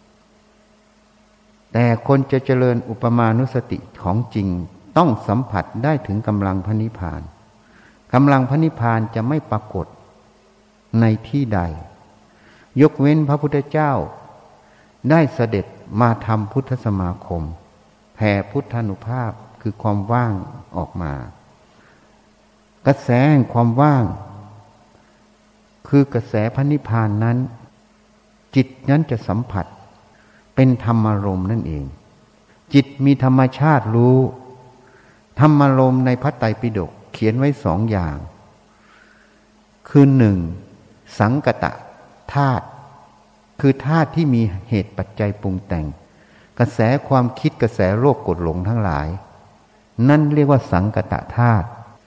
แต่คนจะเจริญอุปมานุสติของจริงต้องสัมผัสได้ถึงกำลังพระนิพพานกำลังพระนิพพานจะไม่ปรากฏในที่ใดยกเว้นพระพุทธเจ้าได้เสด็จมาทำพุทธสมาคมแผ่พุทธานุภาพคือความว่างออกมากระแสแห่งความว่างคือกระแสพระนิพพานนั้นจิตนั้นจะสัมผัสเป็นธรรมารมณ์นั่นเองจิตมีธรรมชาติรู้ธรรมารมณ์ในพระไตรปิฎกเขียนไว้2 อย่างคือ1สังกตธาตุคือธาตุที่มีเหตุปัจจัยปรุงแต่งกระแสความคิดกระแสโลภโกรธหลงทั้งหลายนั่นเรียกว่าสังกตธาตุ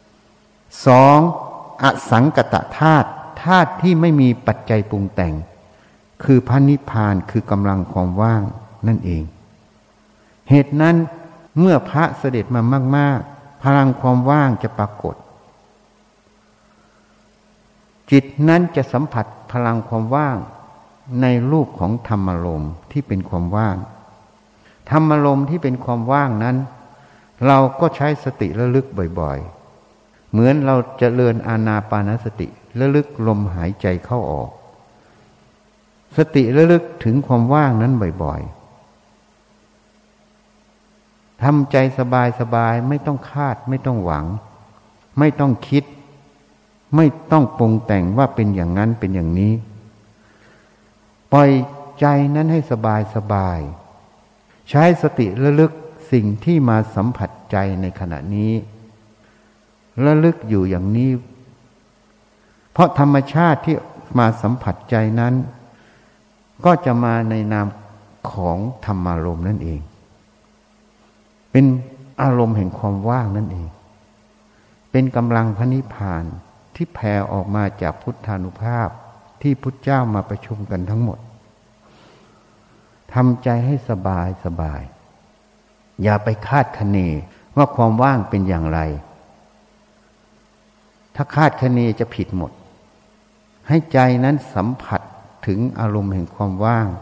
2อสังกตธาตุธาตุที่ไม่มีปัจจัยปรุงแต่งคือพระนิพพานคือกำลังความว่างนั่นเองเหตุนั้นเมื่อพระเสด็จมามากๆพลังความว่างจะปรากฏจิตนั้นจะสัมผัสพลังความว่างในรูปของธรรมารมณ์ที่เป็นความว่างธรรมารมณ์ที่เป็นความว่างนั้นเราก็ใช้สติระลึกบ่อยๆเหมือนเราเจริญอานาปานสติระลึกลมหายใจเข้าออกสติระลึกถึงความว่างนั้นบ่อยทำใจสบายๆไม่ต้องคาดไม่ต้องหวังไม่ต้องคิดไม่ต้องปรุงแต่งว่าเป็นอย่างนั้นเป็นอย่างนี้ปล่อยใจนั้นให้สบายใช้สติระลึกสิ่งที่มาสัมผัสใจในขณะนี้ระลึกอยู่อย่างนี้เพราะธรรมชาติที่มาสัมผัสใจนั้นก็จะมาในนามของธรรมารมณ์นั่นเองเป็นอารมณ์แห่งความว่างนั่นเองเป็นกำลังพระนิพพานที่แผ่ออกมาจากพุทธานุภาพที่พุทธเจ้ามาประชุมกันทั้งหมดทำใจให้สบายอย่าไปคาดคะเนว่าความว่างเป็นอย่างไรถ้าคาดคะเนจะผิดหมดให้ใจนั้นสัมผัสถึงอารมณ์แห่งความว่าง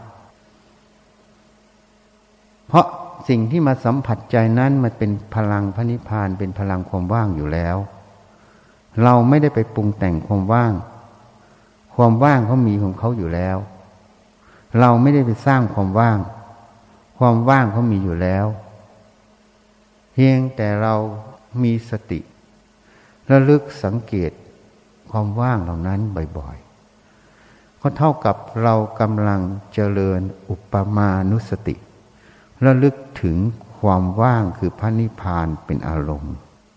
เพราะสิ่งที่มาสัมผัสใจนั้นมันเป็นพลังพระนิพพานเป็นพลังความว่างอยู่แล้วเราไม่ได้ไปปรุงแต่งความว่างความว่างเขามีของเขาอยู่แล้วเราไม่ได้ไปสร้างความว่างความว่างเขามีอยู่แล้วเพียงแต่เรามีสติระลึกสังเกตความว่างเหล่านั้นบ่อยๆก็เท่ากับเรากำลังเจริญอุปมานุสติระลึกถึงความว่างคือพระนิพพานเป็นอารมณ์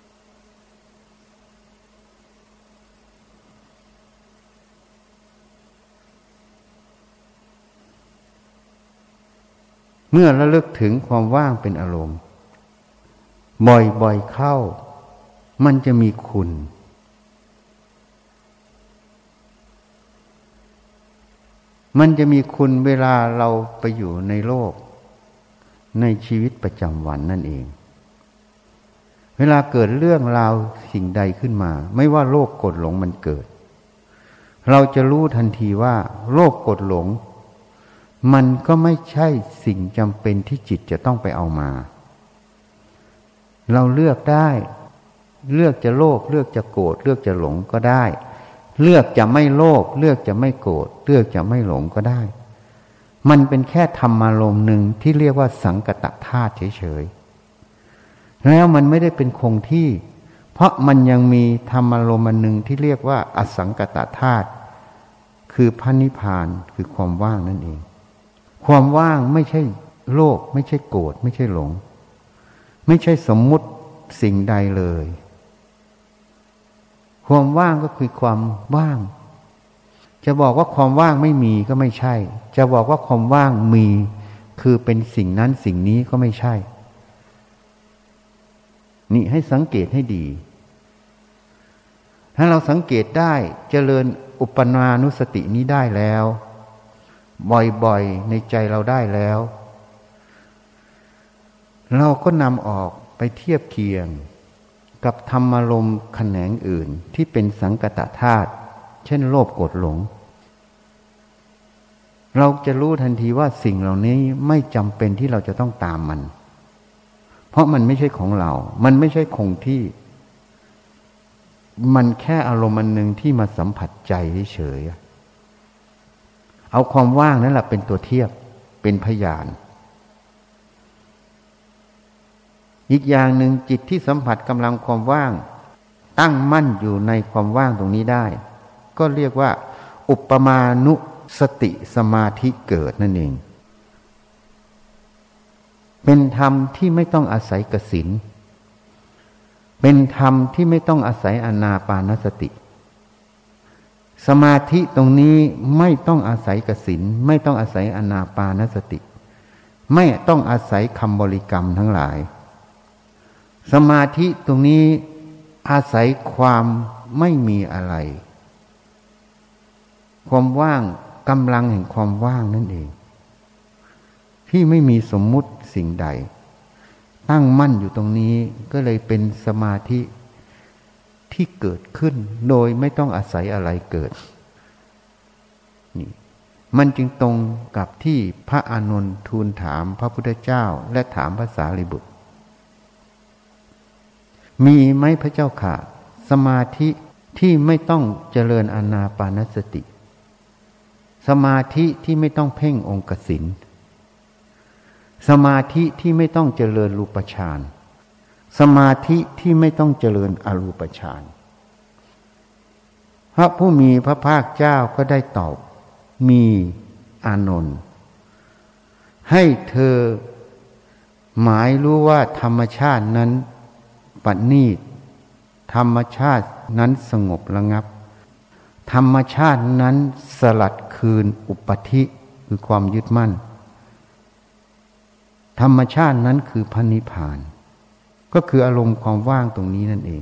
เมื่อระลึกถึงความว่างเป็นอารมณ์บ่อยๆเข้ามันจะมีคุณมันจะมีคุณเวลาเราไปอยู่ในโลกในชีวิตประจำวันนั่นเองเวลาเกิดเรื่องราวสิ่งใดขึ้นมาไม่ว่าโลภโกรธหลงมันเกิดเราจะรู้ทันทีว่าโลภโกรธหลงมันก็ไม่ใช่สิ่งจำเป็นที่จิตจะต้องไปเอามาเราเลือกได้เลือกจะโลภเลือกจะโกรธเลือกจะหลงก็ได้เลือกจะไม่โลภเลือกจะไม่โกรธเลือกจะไม่หลงก็ได้มันเป็นแค่ธรรมารมณ์หนึ่งที่เรียกว่าสังกตธาตุเฉยๆแล้วมันไม่ได้เป็นคงที่เพราะมันยังมีธรรมารมณ์หนึ่งที่เรียกว่าอสังกตธาตุคือพระนิพพานคือความว่างนั่นเองความว่างไม่ใช่โลภไม่ใช่โกรธไม่ใช่หลงไม่ใช่สมมุติสิ่งใดเลยความว่างก็คือความว่างจะบอกว่าความว่างไม่มีก็ไม่ใช่จะบอกว่าความว่างมีคือเป็นสิ่งนั้นสิ่งนี้ก็ไม่ใช่นี่ให้สังเกตให้ดีถ้าเราสังเกตได้เจริญอุปนานุสตินี้ได้แล้วบ่อยๆในใจเราได้แล้วเราก็นำออกไปเทียบเคียงกับธรรมารมณ์แขนงอื่นที่เป็นสังกตธาตุเช่นโลภโกรธหลงเราจะรู้ทันทีว่าสิ่งเหล่านี้ไม่จำเป็นที่เราจะต้องตามมันเพราะมันไม่ใช่ของเรามันไม่ใช่คงที่มันแค่อารมณ์อันหนึ่งที่มาสัมผัสใจเฉยๆเอาความว่างนั่นแหละเป็นตัวเทียบเป็นพยานอีกอย่างหนึ่งจิตที่สัมผัสกำลังความว่างตั้งมั่นอยู่ในความว่างตรงนี้ได้ก็เรียกว่าอุปมานุสติสมาธิเกิดนั่นเองเป็นธรรมที่ไม่ต้องอาศัยกสิณเป็นธรรมที่ไม่ต้องอาศัยอานาปานสติสมาธิตรงนี้ไม่ต้องอาศัยกสิณไม่ต้องอาศัยอานาปานสติไม่ต้องอาศัยคำบริกรรมทั้งหลายสมาธิตรงนี้อาศัยความไม่มีอะไรความว่างกำลังแห่งความว่างนั่นเองที่ไม่มีสมมุติสิ่งใดตั้งมั่นอยู่ตรงนี้ก็เลยเป็นสมาธิที่เกิดขึ้นโดยไม่ต้องอาศัยอะไรเกิดนี่มันจึงตรงกับที่พระอานนท์ทูลถามพระพุทธเจ้าและถามพระสารีบุตรมีไหมพระเจ้าค่ะสมาธิที่ไม่ต้องเจริญอานาปานสติสมาธิที่ไม่ต้องเพ่งองค์กสิณสมาธิที่ไม่ต้องเจริญรูปฌานสมาธิที่ไม่ต้องเจริญอรูปฌานพระผู้มีพระภาคเจ้าก็ได้ตอบมีอานนท์ให้เธอหมายรู้ว่าธรรมชาตินั้นปณีตธรรมชาตินั้นสงบระงับธรรมชาตินั้นสลัดคืนอุปธิคือความยึดมั่นธรรมชาตินั้นคือพระนิพพานก็คืออารมณ์ความว่างตรงนี้นั่นเอง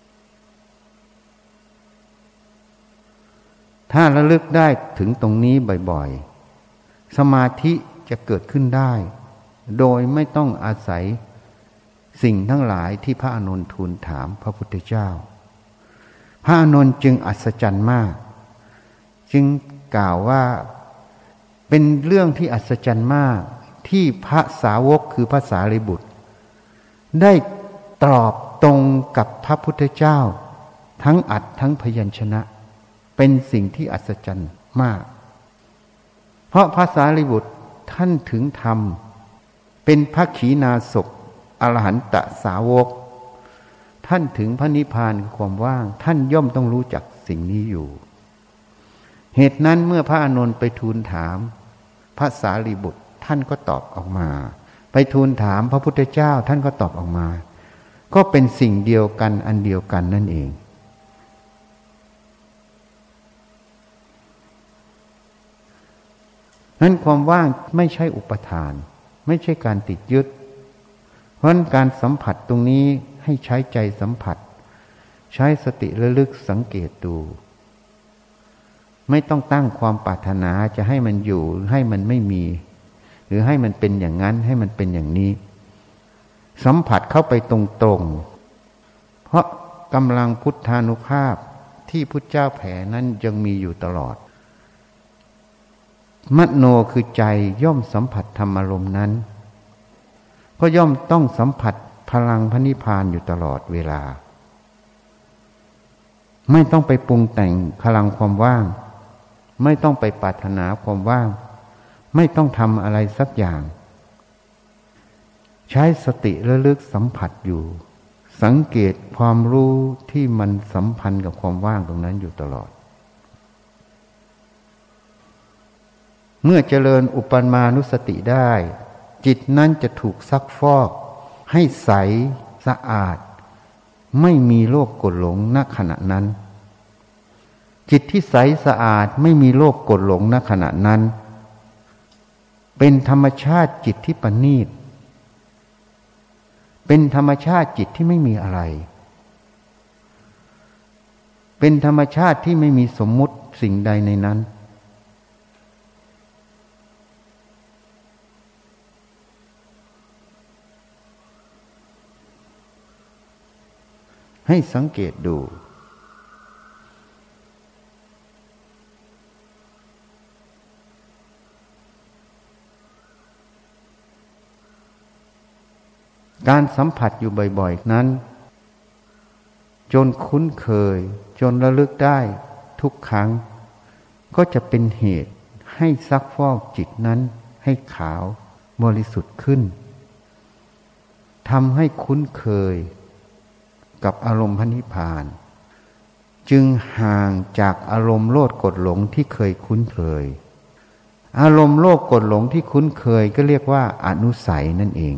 ถ้าระลึกได้ถึงตรงนี้บ่อยๆสมาธิจะเกิดขึ้นได้โดยไม่ต้องอาศัยสิ่งทั้งหลายที่พระอานนท์ทูลถามพระพุทธเจ้าพระอานนท์จึงอัศจรรย์มากจึงกล่าวว่าเป็นเรื่องที่อัศจรรย์มากที่พระสาวกคือพระสารีบุตรได้ตอบตรงกับพระพุทธเจ้าทั้งอัตถ์ทั้งพยัญชนะเป็นสิ่งที่อัศจรรย์มากเพราะพระสารีบุตรท่านถึงธรรมเป็นพระขีณาสพอรหันตสาวกท่านถึงพระนิพพานความว่างท่านย่อมต้องรู้จักสิ่งนี้อยู่เหตุนั้นเมื่อพระอานนท์ไปทูลถามพระสารีบุตรท่านก็ตอบออกมาไปทูลถามพระพุทธเจ้าท่านก็ตอบออกมาก็เป็นสิ่งเดียวกันอันเดียวกันนั่นเองนั้นความว่างไม่ใช่อุปทานไม่ใช่การติดยึดเพราะการสัมผัสตรงนี้ให้ใช้ใจสัมผัสใช้สติระลึกสังเกตดูไม่ต้องตั้งความปรารถนาจะให้มันอยู่ให้มันไม่มีหรือให้มันเป็นอย่างนั้นให้มันเป็นอย่างนี้สัมผัสเข้าไปตรงๆเพราะกำลังพุทธานุภาพที่พุทธเจ้าแผ่นั้นยังมีอยู่ตลอดมโนคือใจย่อมสัมผัสธรรมอารมณ์นั้นก็ย่อมต้องสัมผัสพลังพระนิพพานอยู่ตลอดเวลาไม่ต้องไปปรุงแต่งพลังความว่างไม่ต้องไปปรารถนาความว่างไม่ต้องทำอะไรสักอย่างใช้สติระลึกสัมผัสอยู่สังเกตความรู้ที่มันสัมพันธ์กับความว่างตรงนั้นอยู่ตลอดเมื่อเจริญอุปมานุสติได้จิตนั้นจะถูกซักฟอกให้ใสสะอาดไม่มีโลภโกรธหลงณขณะนั้นจิตที่ใสสะอาดไม่มีโลภโกรธหลงณขณะนั้นเป็นธรรมชาติจิตที่ประณีตเป็นธรรมชาติจิตที่ไม่มีอะไรเป็นธรรมชาติที่ไม่มีสมมุติสิ่งใดในนั้นให้สังเกตดูการสัมผัสอยู่บ่อยๆนั้นจนคุ้นเคยจนระลึกได้ทุกครั้งก็จะเป็นเหตุให้ซักฟอกจิตนั้นให้ขาวบริสุทธิ์ขึ้นทำให้คุ้นเคยกับอารมณ์พระนิพพานจึงห่างจากอารมณ์โลภโกรธหลงที่เคยคุ้นเคยอารมณ์โลภโกรธหลงที่คุ้นเคยก็เรียกว่าอนุสัยนั่นเอง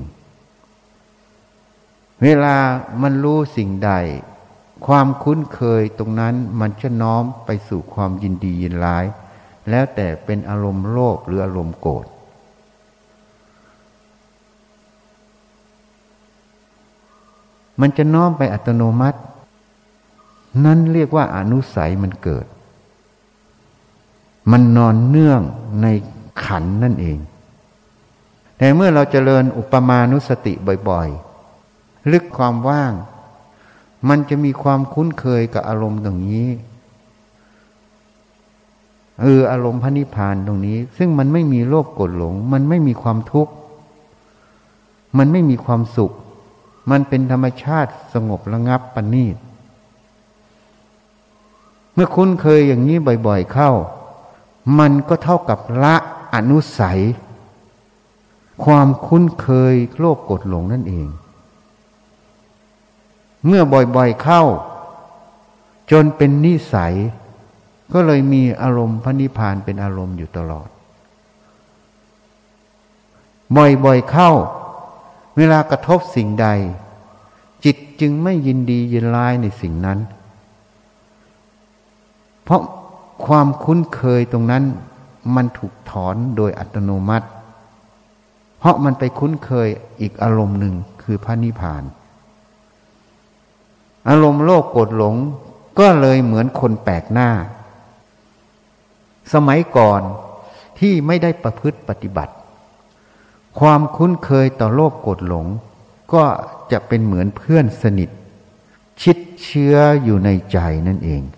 เวลามันรู้สิ่งใดความคุ้นเคยตรงนั้นมันจะน้อมไปสู่ความยินดียินร้ายแล้วแต่เป็นอารมณ์โลภหรืออารมณ์โกรธมันจะน้อมไปอัตโนมัตินั่นเรียกว่าอนุสัยมันเกิดมันนอนเนื่องในขันธ์นั่นเองแต่เมื่อเราเจริญอุปมานุสติบ่อยๆลึกความว่างมันจะมีความคุ้นเคยกับอารมณ์ตรงนี้อารมณ์พระนิพพานตรงนี้ซึ่งมันไม่มีโลภโกรธหลงมันไม่มีความทุกข์มันไม่มีความสุขมันเป็นธรรมชาติสงบระงับประณีตเมื่อคุ้นเคยอย่างนี้บ่อยๆเข้ามันก็เท่ากับละอนุสัยความคุ้นเคยโลภโกรธหลงนั่นเองเมื่อบ่อยๆเข้าจนเป็นนิสัยก็เลยมีอารมณ์พระนิพพานเป็นอารมณ์อยู่ตลอดบ่อยๆเข้าเวลากระทบสิ่งใดจิตจึงไม่ยินดียินร้ายในสิ่งนั้นเพราะความคุ้นเคยตรงนั้นมันถูกถอนโดยอัตโนมัติเพราะมันไปคุ้นเคยอีกอารมณ์หนึ่งคือพระนิพพานอารมณ์โลภโกรธหลงก็เลยเหมือนคนแปลกหน้าสมัยก่อนที่ไม่ได้ประพฤติปฏิบัติความคุ้นเคยต่อโลภโกรธหลงก็จะเป็นเหมือนเพื่อนสนิทชิดเชื้ออยู่ในใจนั่นเอง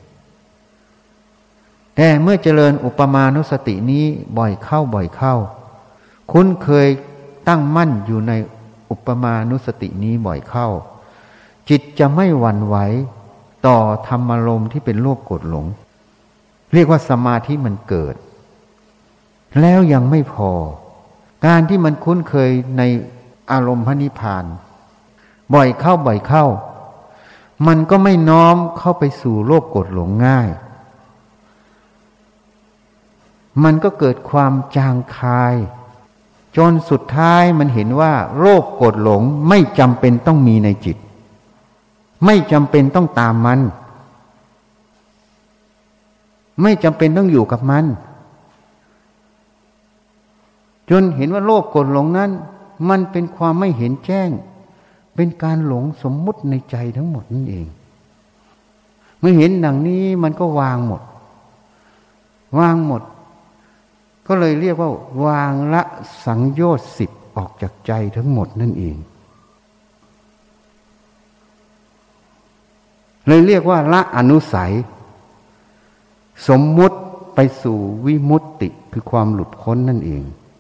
แต่เมื่อเจริญอุปมานุสตินี้บ่อยเข้าคุ้นเคยตั้งมั่นอยู่ในอุปมานุสตินี้บ่อยเข้าจิตจะไม่หวั่นไหวต่อธรรมารมณ์ที่เป็นโลภโกรธหลงเรียกว่าสมาธิมันเกิดแล้วยังไม่พอการที่มันคุ้นเคยในอารมณ์พระนิพพานบ่อยเข้ามันก็ไม่น้อมเข้าไปสู่โลภโกรธหลงง่ายมันก็เกิดความจางคายจนสุดท้ายมันเห็นว่าโลภโกรธหลงไม่จำเป็นต้องมีในจิตไม่จำเป็นต้องตามมันไม่จำเป็นต้องอยู่กับมันจนเห็นว่าโลภโกรธหลงนั้นมันเป็นความไม่เห็นแจ้งเป็นการหลงสมมุติในใจทั้งหมดนั่นเองเมื่อเห็นดังนี้มันก็วางหมดก็เลยเรียกว่าวางละสังโยชน์10ออกจากใจทั้งหมดนั่นเองเลยเรียกว่าละอนุสัยสมมุติไปสู่วิมุตติคือความหลุดพ้นนั่นเอง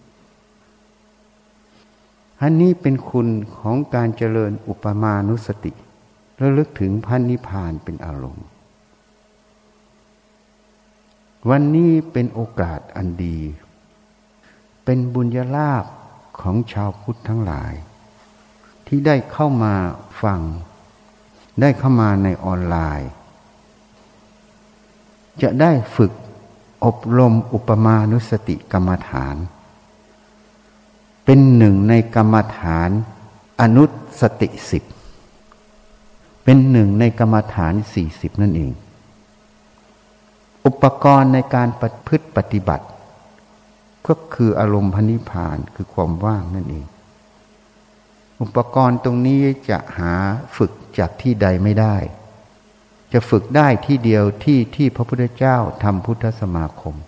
อันนี้เป็นคุณของการเจริญอุปมานุสติระลึกถึงพระนิพพานเป็นอารมณ์วันนี้เป็นโอกาสอันดีเป็นบุญญาลาภของชาวพุทธทั้งหลายที่ได้เข้ามาฟังได้เข้ามาในออนไลน์จะได้ฝึกอบรมอุปมานุสติกรรมฐานเป็นหนึ่งในกรรมฐานอนุสติ10เป็นหนึ่งในกรรมฐาน40นั่นเองอุปกรณ์ในการประพฤติปฏิบัติก็คืออารมณ์พระนิพพานคือความว่างนั่นเองอุปกรณ์ตรงนี้จะหาฝึกจากที่ใดไม่ได้จะฝึกได้ที่เดียวที่พระพุทธเจ้าทำพุทธสมาคม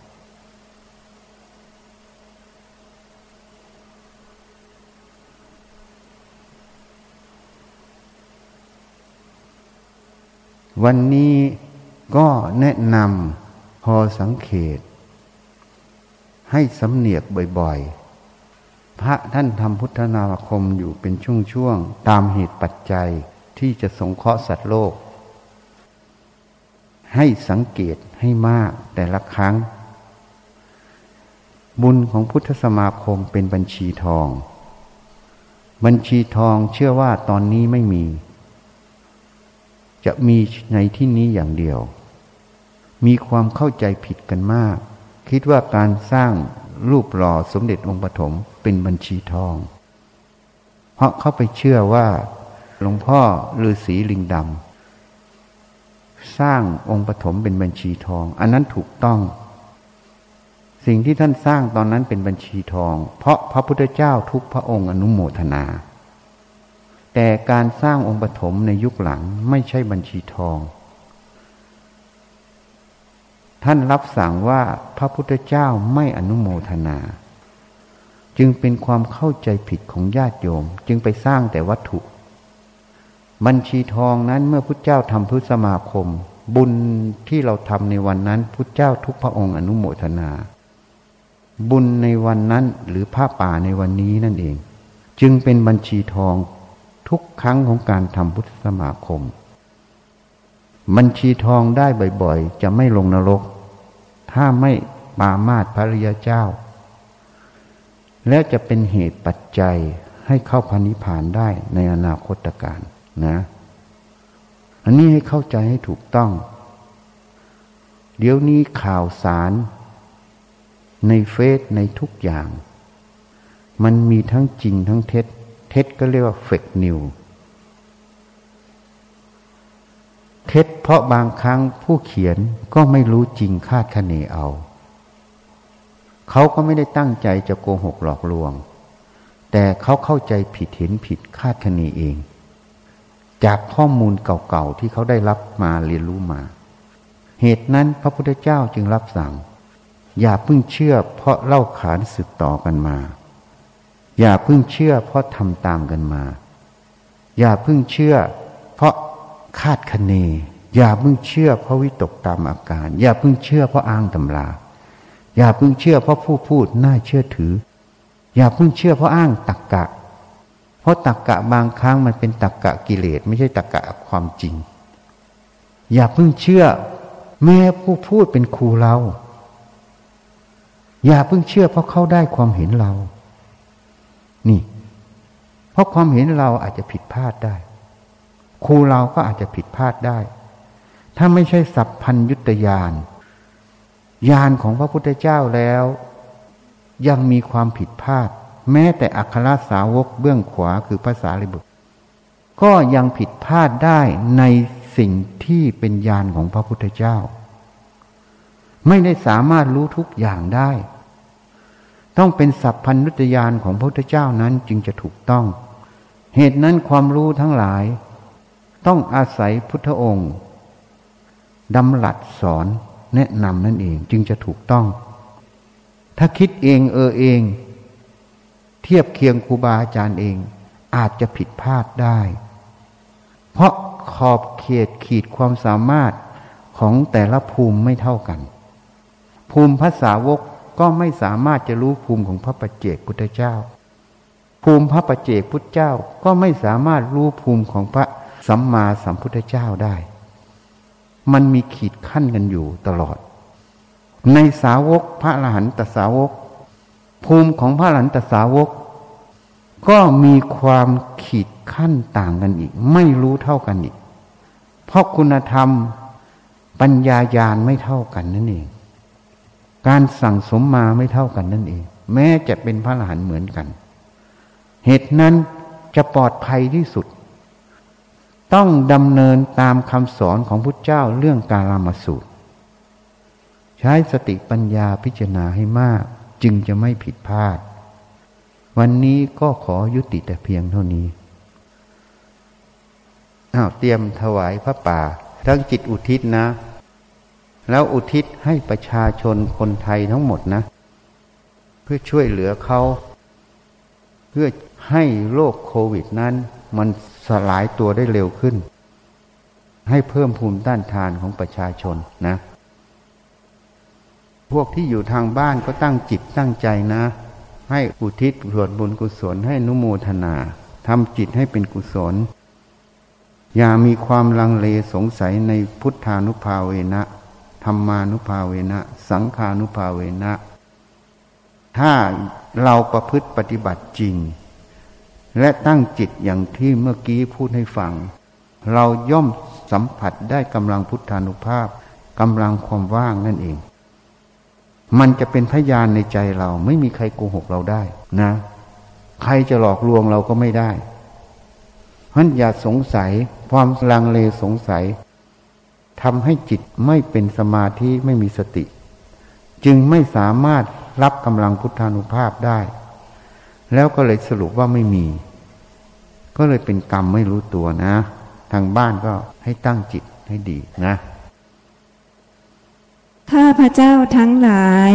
วันนี้ก็แนะนำพอสังเกตให้สำเนียกบ่อยๆพระท่านทำพุทธสมาคมอยู่เป็นช่วงๆตามเหตุปัจจัยที่จะสงเคราะห์สัตว์โลกให้สังเกตให้มากแต่ละครั้งบุญของพุทธสมาคมเป็นบัญชีทองบัญชีทองเชื่อว่าตอนนี้ไม่มีจะมีในที่นี้อย่างเดียวมีความเข้าใจผิดกันมากคิดว่าการสร้างรูปหล่อสมเด็จองค์ปฐมเป็นบัญชีทองเพราะเขาไปเชื่อว่าหลวงพ่อฤาษีลิงดำสร้างองค์ปฐมเป็นบัญชีทองอันนั้นถูกต้องสิ่งที่ท่านสร้างตอนนั้นเป็นบัญชีทองเพราะพระพุทธเจ้าทุกพระองค์อนุโมทนาแต่การสร้างองค์ปฐมในยุคหลังไม่ใช่บัญชีทองท่านรับสั่งว่าพระพุทธเจ้าไม่อนุโมทนาจึงเป็นความเข้าใจผิดของญาติโยมจึงไปสร้างแต่วัตถุบัญชีทองนั้นเมื่อพุทธเจ้าทำพุทธสมาคมบุญที่เราทำในวันนั้นพุทธเจ้าทุกพระองค์อนุโมทนาบุญในวันนั้นหรือผ้าป่าในวันนี้นั่นเองจึงเป็นบัญชีทองทุกครั้งของการทำพุทธสมาคมบัญชีทองได้บ่อยๆจะไม่ลงนรกถ้าไม่ปามาสพระริยเจ้าแล้วจะเป็นเหตุปัจจัยให้เข้าพระนิพพานได้ในอนาคตการนะอันนี้ให้เข้าใจให้ถูกต้องเดี๋ยวนี้ข่าวสารในเฟซในทุกอย่างมันมีทั้งจริงทั้งเท็จเท็จก็เรียกว่าเฟกนิวเท็จเพราะบางครั้งผู้เขียนก็ไม่รู้จริงคาดคะเนเอาเขาก็ไม่ได้ตั้งใจจะโกหกหลอกลวงแต่เขาเข้าใจผิดเห็นผิดคาดคะเนเองจากข้อมูลเก่าๆที่เขาได้รับมาเรียนรู้มาเหตุนั้นพระพุทธเจ้าจึงรับสั่งอย่าเพิ่งเชื่อเพราะเล่าขานสืบต่อกันมาอย่าเพิ่งเชื่อเพราะทำตามกันมาอย่าเพิ่งเชื่อเพราะคาดคะเนอย่าเพิ่งเชื่อเพราะวิตกตามอาการอย่าเพิ่งเชื่อเพราะอ้างตำราอย่าเพิ่งเชื่อเพราะผู้พูดน่าเชื่อถืออย่าเพิ่งเชื่อเพราะอ้างตรรกะเพราะตรรกะบางครั้งมันเป็นตรรกะกิเลสไม่ใช่ตรรกะความจริงอย่าเพิ่งเชื่อแม้ผู้พูดเป็นครูเราอย่าเพิ่งเชื่อเพราะเขาได้ความเห็นเรานี่เพราะความเห็นเราอาจจะผิดพลาดได้ครูเราก็อาจจะผิดพลาดได้ถ้าไม่ใช่สัพพัญญุตญาณญาณของพระพุทธเจ้าแล้วยังมีความผิดพลาดแม้แต่อัครสาวกเบื้องขวาคือพระสารีบุตรก็ยังผิดพลาดได้ในสิ่งที่เป็นญาณของพระพุทธเจ้าไม่ได้สามารถรู้ทุกอย่างได้ต้องเป็นสัพพัญญุตญาณของพระพุทธเจ้านั้นจึงจะถูกต้องเหตุนั้นความรู้ทั้งหลายต้องอาศัยพุทธองค์ดำรัสสอนแนะนำนั่นเองจึงจะถูกต้องถ้าคิดเองเองเทียบเคียงครูบาอาจารย์เองอาจจะผิดพลาดได้เพราะขอบเขตขีดความสามารถของแต่ละภูมิไม่เท่ากันภูมิพระสาวกก็ไม่สามารถจะรู้ภูมิของพระปัจเจกพุทธเจ้าภูมิพระปัจเจกพุทธเจ้าก็ไม่สามารถรู้ภูมิของพระสัมมาสัมพุทธเจ้าได้มันมีขีดขั้นกันอยู่ตลอดในสาวกพระอรหันตสาวกภูมิของพระอรหันตสาวกก็มีความขีดขั้นต่างกันอีกไม่รู้เท่ากันอีกเพราะคุณธรรมปัญญาญาณไม่เท่ากันนั่นเองการสั่งสมมาไม่เท่ากันนั่นเองแม้จะเป็นพระอรหันต์เหมือนกันเหตุนั้นจะปลอดภัยที่สุดต้องดำเนินตามคำสอนของพุทธเจ้าเรื่องกาลามสูตรใช้สติปัญญาพิจารณาให้มากจึงจะไม่ผิดพลาดวันนี้ก็ขอยุติแต่เพียงเท่านี้เตรียมถวายพระป่าทั้งจิตอุทิศนะแล้วอุทิศให้ประชาชนคนไทยทั้งหมดนะเพื่อช่วยเหลือเขาเพื่อให้โรคโควิดนั้นมันสลายตัวได้เร็วขึ้นให้เพิ่มภูมิต้านทานของประชาชนนะพวกที่อยู่ทางบ้านก็ตั้งจิตตั้งใจนะให้อุทิศส่วนบุญกุศลให้อนุโมทนาทำจิตให้เป็นกุศลอย่ามีความลังเลสงสัยในพุทธานุภาเวนะธรรมานุภาเวนะสังฆานุภาเวนะถ้าเราประพฤติปฏิบัติจริงและตั้งจิตอย่างที่เมื่อกี้พูดให้ฟังเราย่อมสัมผัสได้กำลังพุทธานุภาพกำลังความว่างนั่นเองมันจะเป็นพยานในใจเราไม่มีใครโกหกเราได้นะใครจะหลอกลวงเราก็ไม่ได้เพราะฉะนั้นอย่าสงสัยความลังเลสงสัยทำให้จิตไม่เป็นสมาธิไม่มีสติจึงไม่สามารถรับกำลังพุทธานุภาพได้แล้วก็เลยสรุปว่าไม่มีก็เลยเป็นกรรมไม่รู้ตัวนะทางบ้านก็ให้ตั้งจิตให้ดีนะข้าพเจ้าทั้งหลาย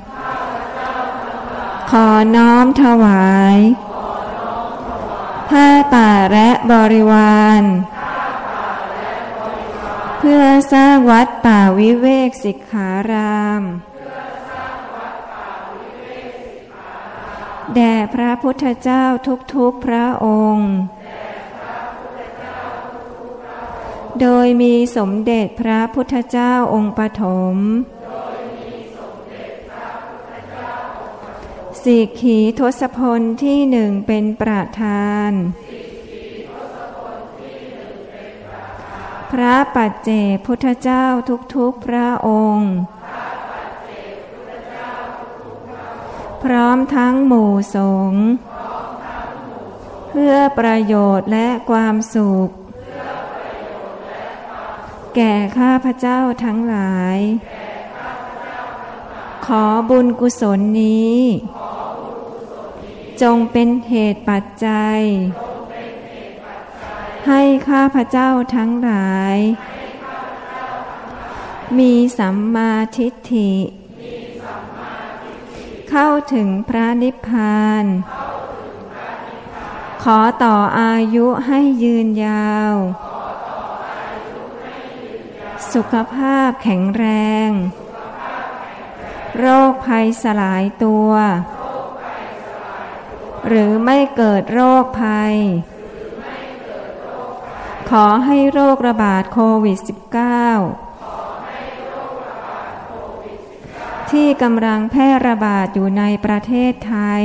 ขอน้อมถวายผ้าป่าและบริวารเพื่อสร้างวัดป่าวิเวกสิกขารามแด่พระพุทธเจ้าทุกๆพระองค์โดยมีสมเด็จพระพุทธเจ้าองค์ปฐมสสิกขีทศพลที่หนึ่งเป็นประธานพระปัจเจกพุทธเจ้าทุกๆพระองค์พร้อมทั้งหมู่สงฆ์เพื่อประโยชน์และความสุขแก่ข้าพเจ้าทั้งหลายขอบุญกุศลนี้จงเป็นเหตุปัจจัยให้ข้าพเจ้าทั้งหลายมีสัมมาทิฏฐิเข้าถึงพระนิพพานขอต่ออายุให้ยืนยาวสุขภาพแข็งแรงโรคภัยสลายตัวหรือไม่เกิดโรคภัยขอให้โรคระบาดโควิด -19 ที่กำลังแพร่ระบาดอยู่ในประเทศไทย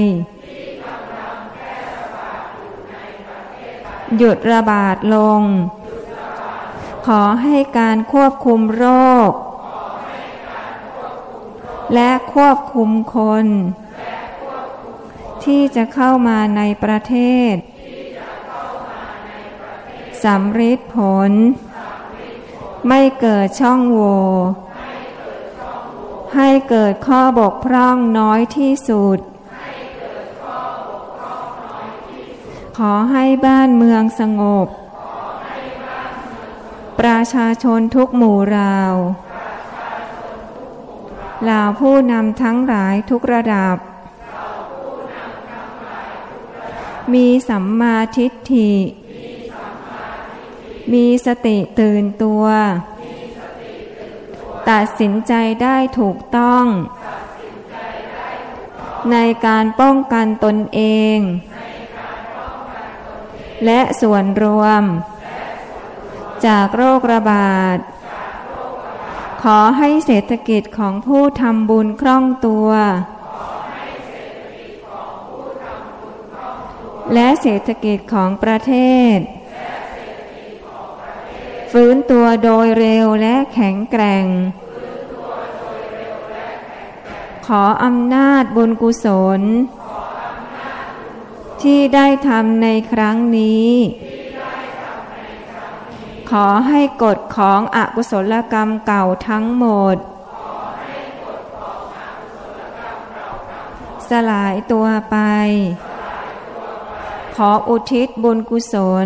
หยุดระบาดลงขอให้การควบคุมโรคและควบคุมคนที่จะเข้ามาในประเทศสำฤทธิ์ผลไม่เกิดช่องโหว่ให้เกิดข้อบกพร่องน้อยที่สุดขอให้บ้านเมืองสงบประชาชนทุกหมู่เหล่าเหล่าผู้นำทั้งหลายทุกระดับมีสัมมาทิฏฐิมีสติตื่นตัวตัดสินใจได้ถูกต้องในการป้องกันตนเองและส่วนรวมจากโรคระบาดขอให้เศรษฐกิจของผู้ทำบุญคล่องตัวและเศรษฐกิจของประเทศฟื้นตัวโดยเร็วและแข็งแกร่งขออำนาจบุญกุศลที่ได้ทำในครั้งนี้ขอให้กฎของอกุศลกรรมเก่าทั้งหมดสลายตัวไปขออุทิศบุญกุศล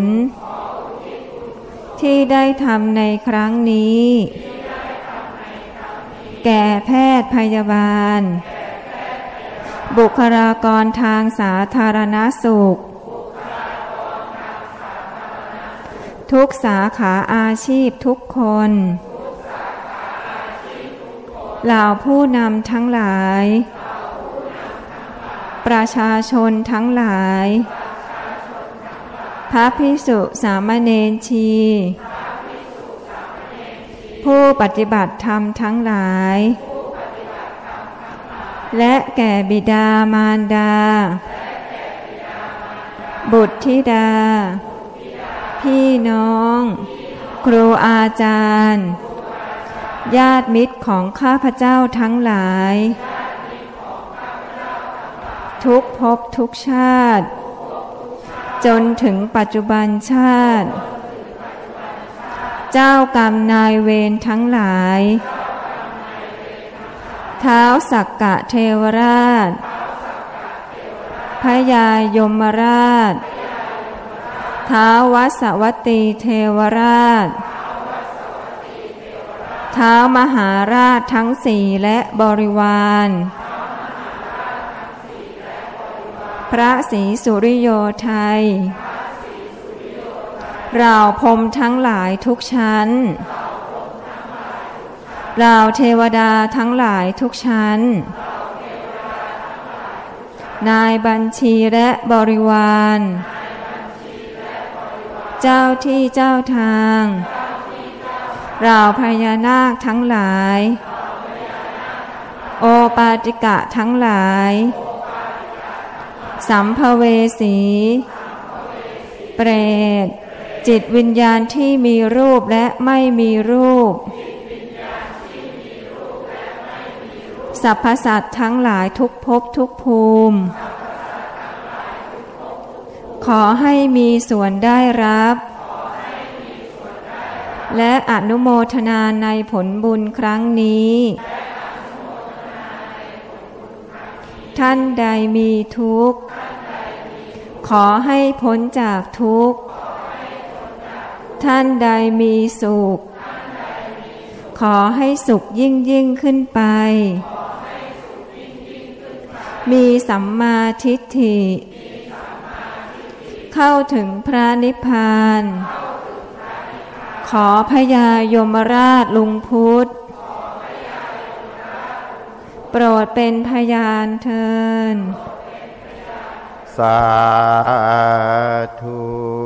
ที่ได้ทำในครั้งนี้แก่แพทย์พยาบาลบุคลากรทางสาธารณสุขทุกสาขาอาชีพทุกคนเหล่าผู้นำทั้งหลายประชาชนทั้งหลายพระภิกษุสามเณรชีผู้ปฏิบัติธรรมทั้งหลายและแก่บิดามารดาบุตรธิดาพี่น้องครูอาจารย์ญาติมิตรของข้าพเจ้าทั้งหลายทุกภพทุกชาติจนถึงปัจจุบันชาติเจ้ากรรมนายเวรทั้งหลายท้าวสักกะเทวราชพญายมราชท้าววัสวัตตีเทวราชท้าวมหาราชทั้งสี่และบริวารพระศรีสุริโยไทยเราพรหมทั้งหลายทุกชั้นเราเทวดาทั้งหลายทุกชั้นนายบัญชีและบริวารเจ้าที่เจ้าทางเราพญานาคทั้งหลายโอปาติกะทั้งหลายสัมภเวสีเปรตจิตวิญญาณที่มีรูปและไม่มีรูปสรรพสัตว์ทั้งหลายทุกภพทุกภูมิขอให้มีส่วนได้รับและอนุโมทนาในผลบุญครั้งนี้ท่านใดมีทุกข์ขอให้พ้นจากทุกข์ท่านใดมีสุขขอให้สุขยิ่งขึ้นไปมีสัมมาทิฏฐิเข้าถึงพระนิพพานขอพญายมราชลุงพุทธโปรดเป็นพยานเถิดสาธุ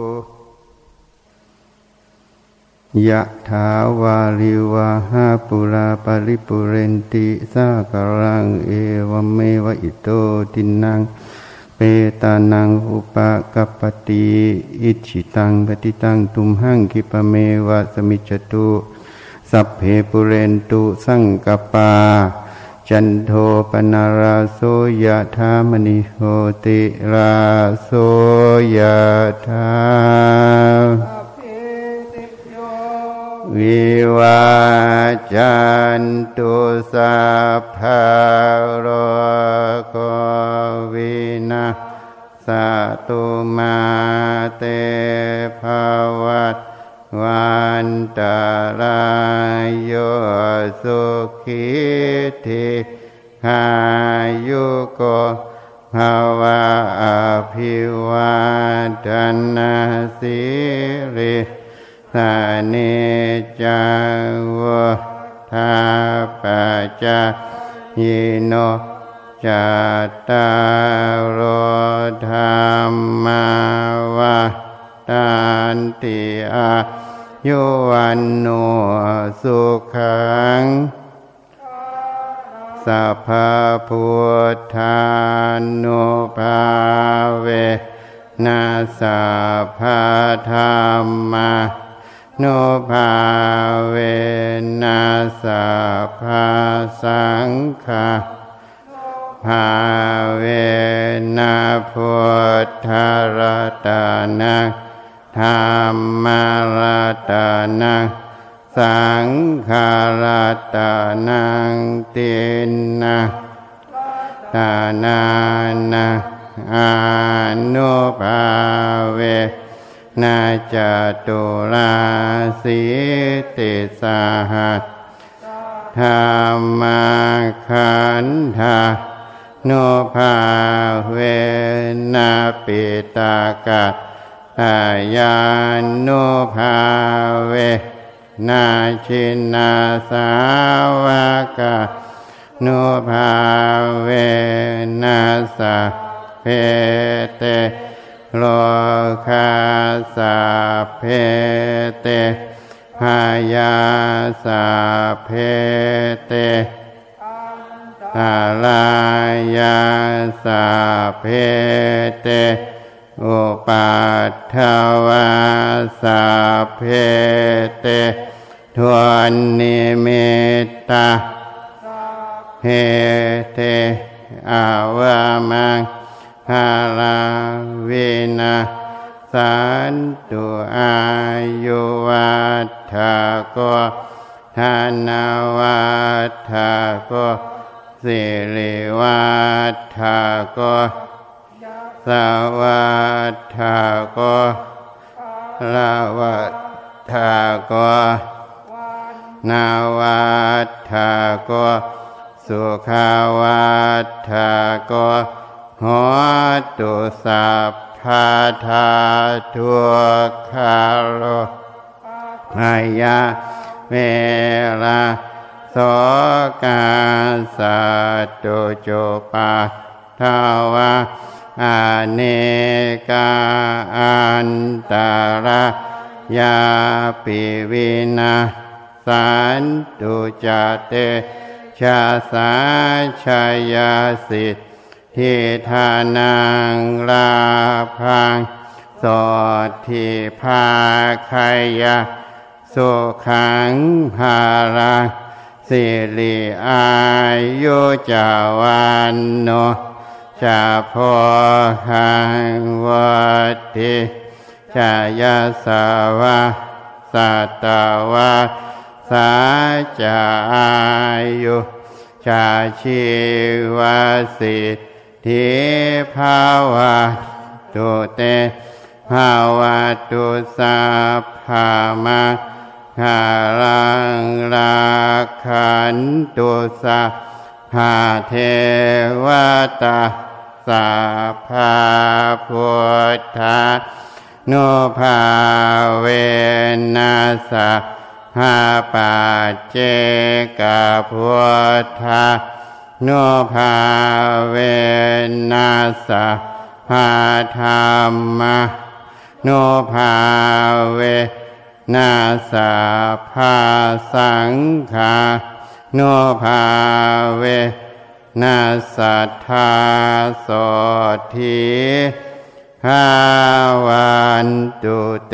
ยะถาวาลิวะหาปุราปริปุเรนติสากรังเอวเมวะอิโตตินังเปตานังอุปกัปปติอิชิตังปฏิตังตุมหังคิปะเมวะสมิจจตุสัพเพปุเรนตุสังกปาจันโทปนาราโสยะธามณิโหติราโสยะธาวิวาจันตุสัพพะโรโควินาศตุมาเตภวัตวันตรายโยสุขิธิขายุโกภวะอภิวาทนาสิริสานิจังวุธาปัจจายโนจัตตารโอธรรมาวาทันติอายุวันโนสุขังสัพพพุทธานุภาเวนะสัพพธรรมานุภาเวนะสัพพสังฆาภาเวนะพุทธรัตนังธรรมรัตนังสังฆรัตนังตินนะตานานะอนุภาเวนะจตุราสีติสาหัสธรรมขันธานุภาเวนะปิตากัสสยานุภาเวนะชินนาสาวกานุภาเวนะสัพเพเตโลกาสัพเพเตพยาสัพเพเตตาลายาสัพเพเตอุปัฏฐวาสัพเพเตทวนนิมิตตาเหเตอาวามังภาลาวินาสันตุอายุวัฏฐโกธนวัฏฐโกสิริวัฏฐโกสวัฏฐโกลาวัฏฐโกนาวัฏฐโกสุขาวัฏฐโกโหตุสัพพะทาทุกขาโลภยาเวลาโสกาสัตตุจุปาทาวะอเนกาอันตรายาปิวินาสันตุจเตชะสาชยาสิทธิทิทานังลาภังโสทิภาคายะสุขังภาลังสิริอายุจาวันโนชาโพหังวัตถิชายาสาวะสัตตวะสาจาอายุชาชีวสิทธิภาวะตุเตภาวะตุสัพพะมังคารังราคันตุสัพพะเทวตาสัพพะพุทธานุภาเวนัสสะภะปัจเจกพุทธานุภาเวนัสสะภะธัมมานุภาเวนัสสะภะสังฆานุภาเวนัสสัทธาโสทิภาวันตุเต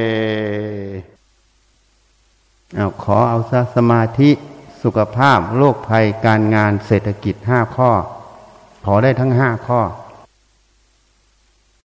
ขอเอาสมาธิสุขภาพโรคภัยการงานเศรษฐกิจ5 ข้อขอได้ทั้ง5 ข้อ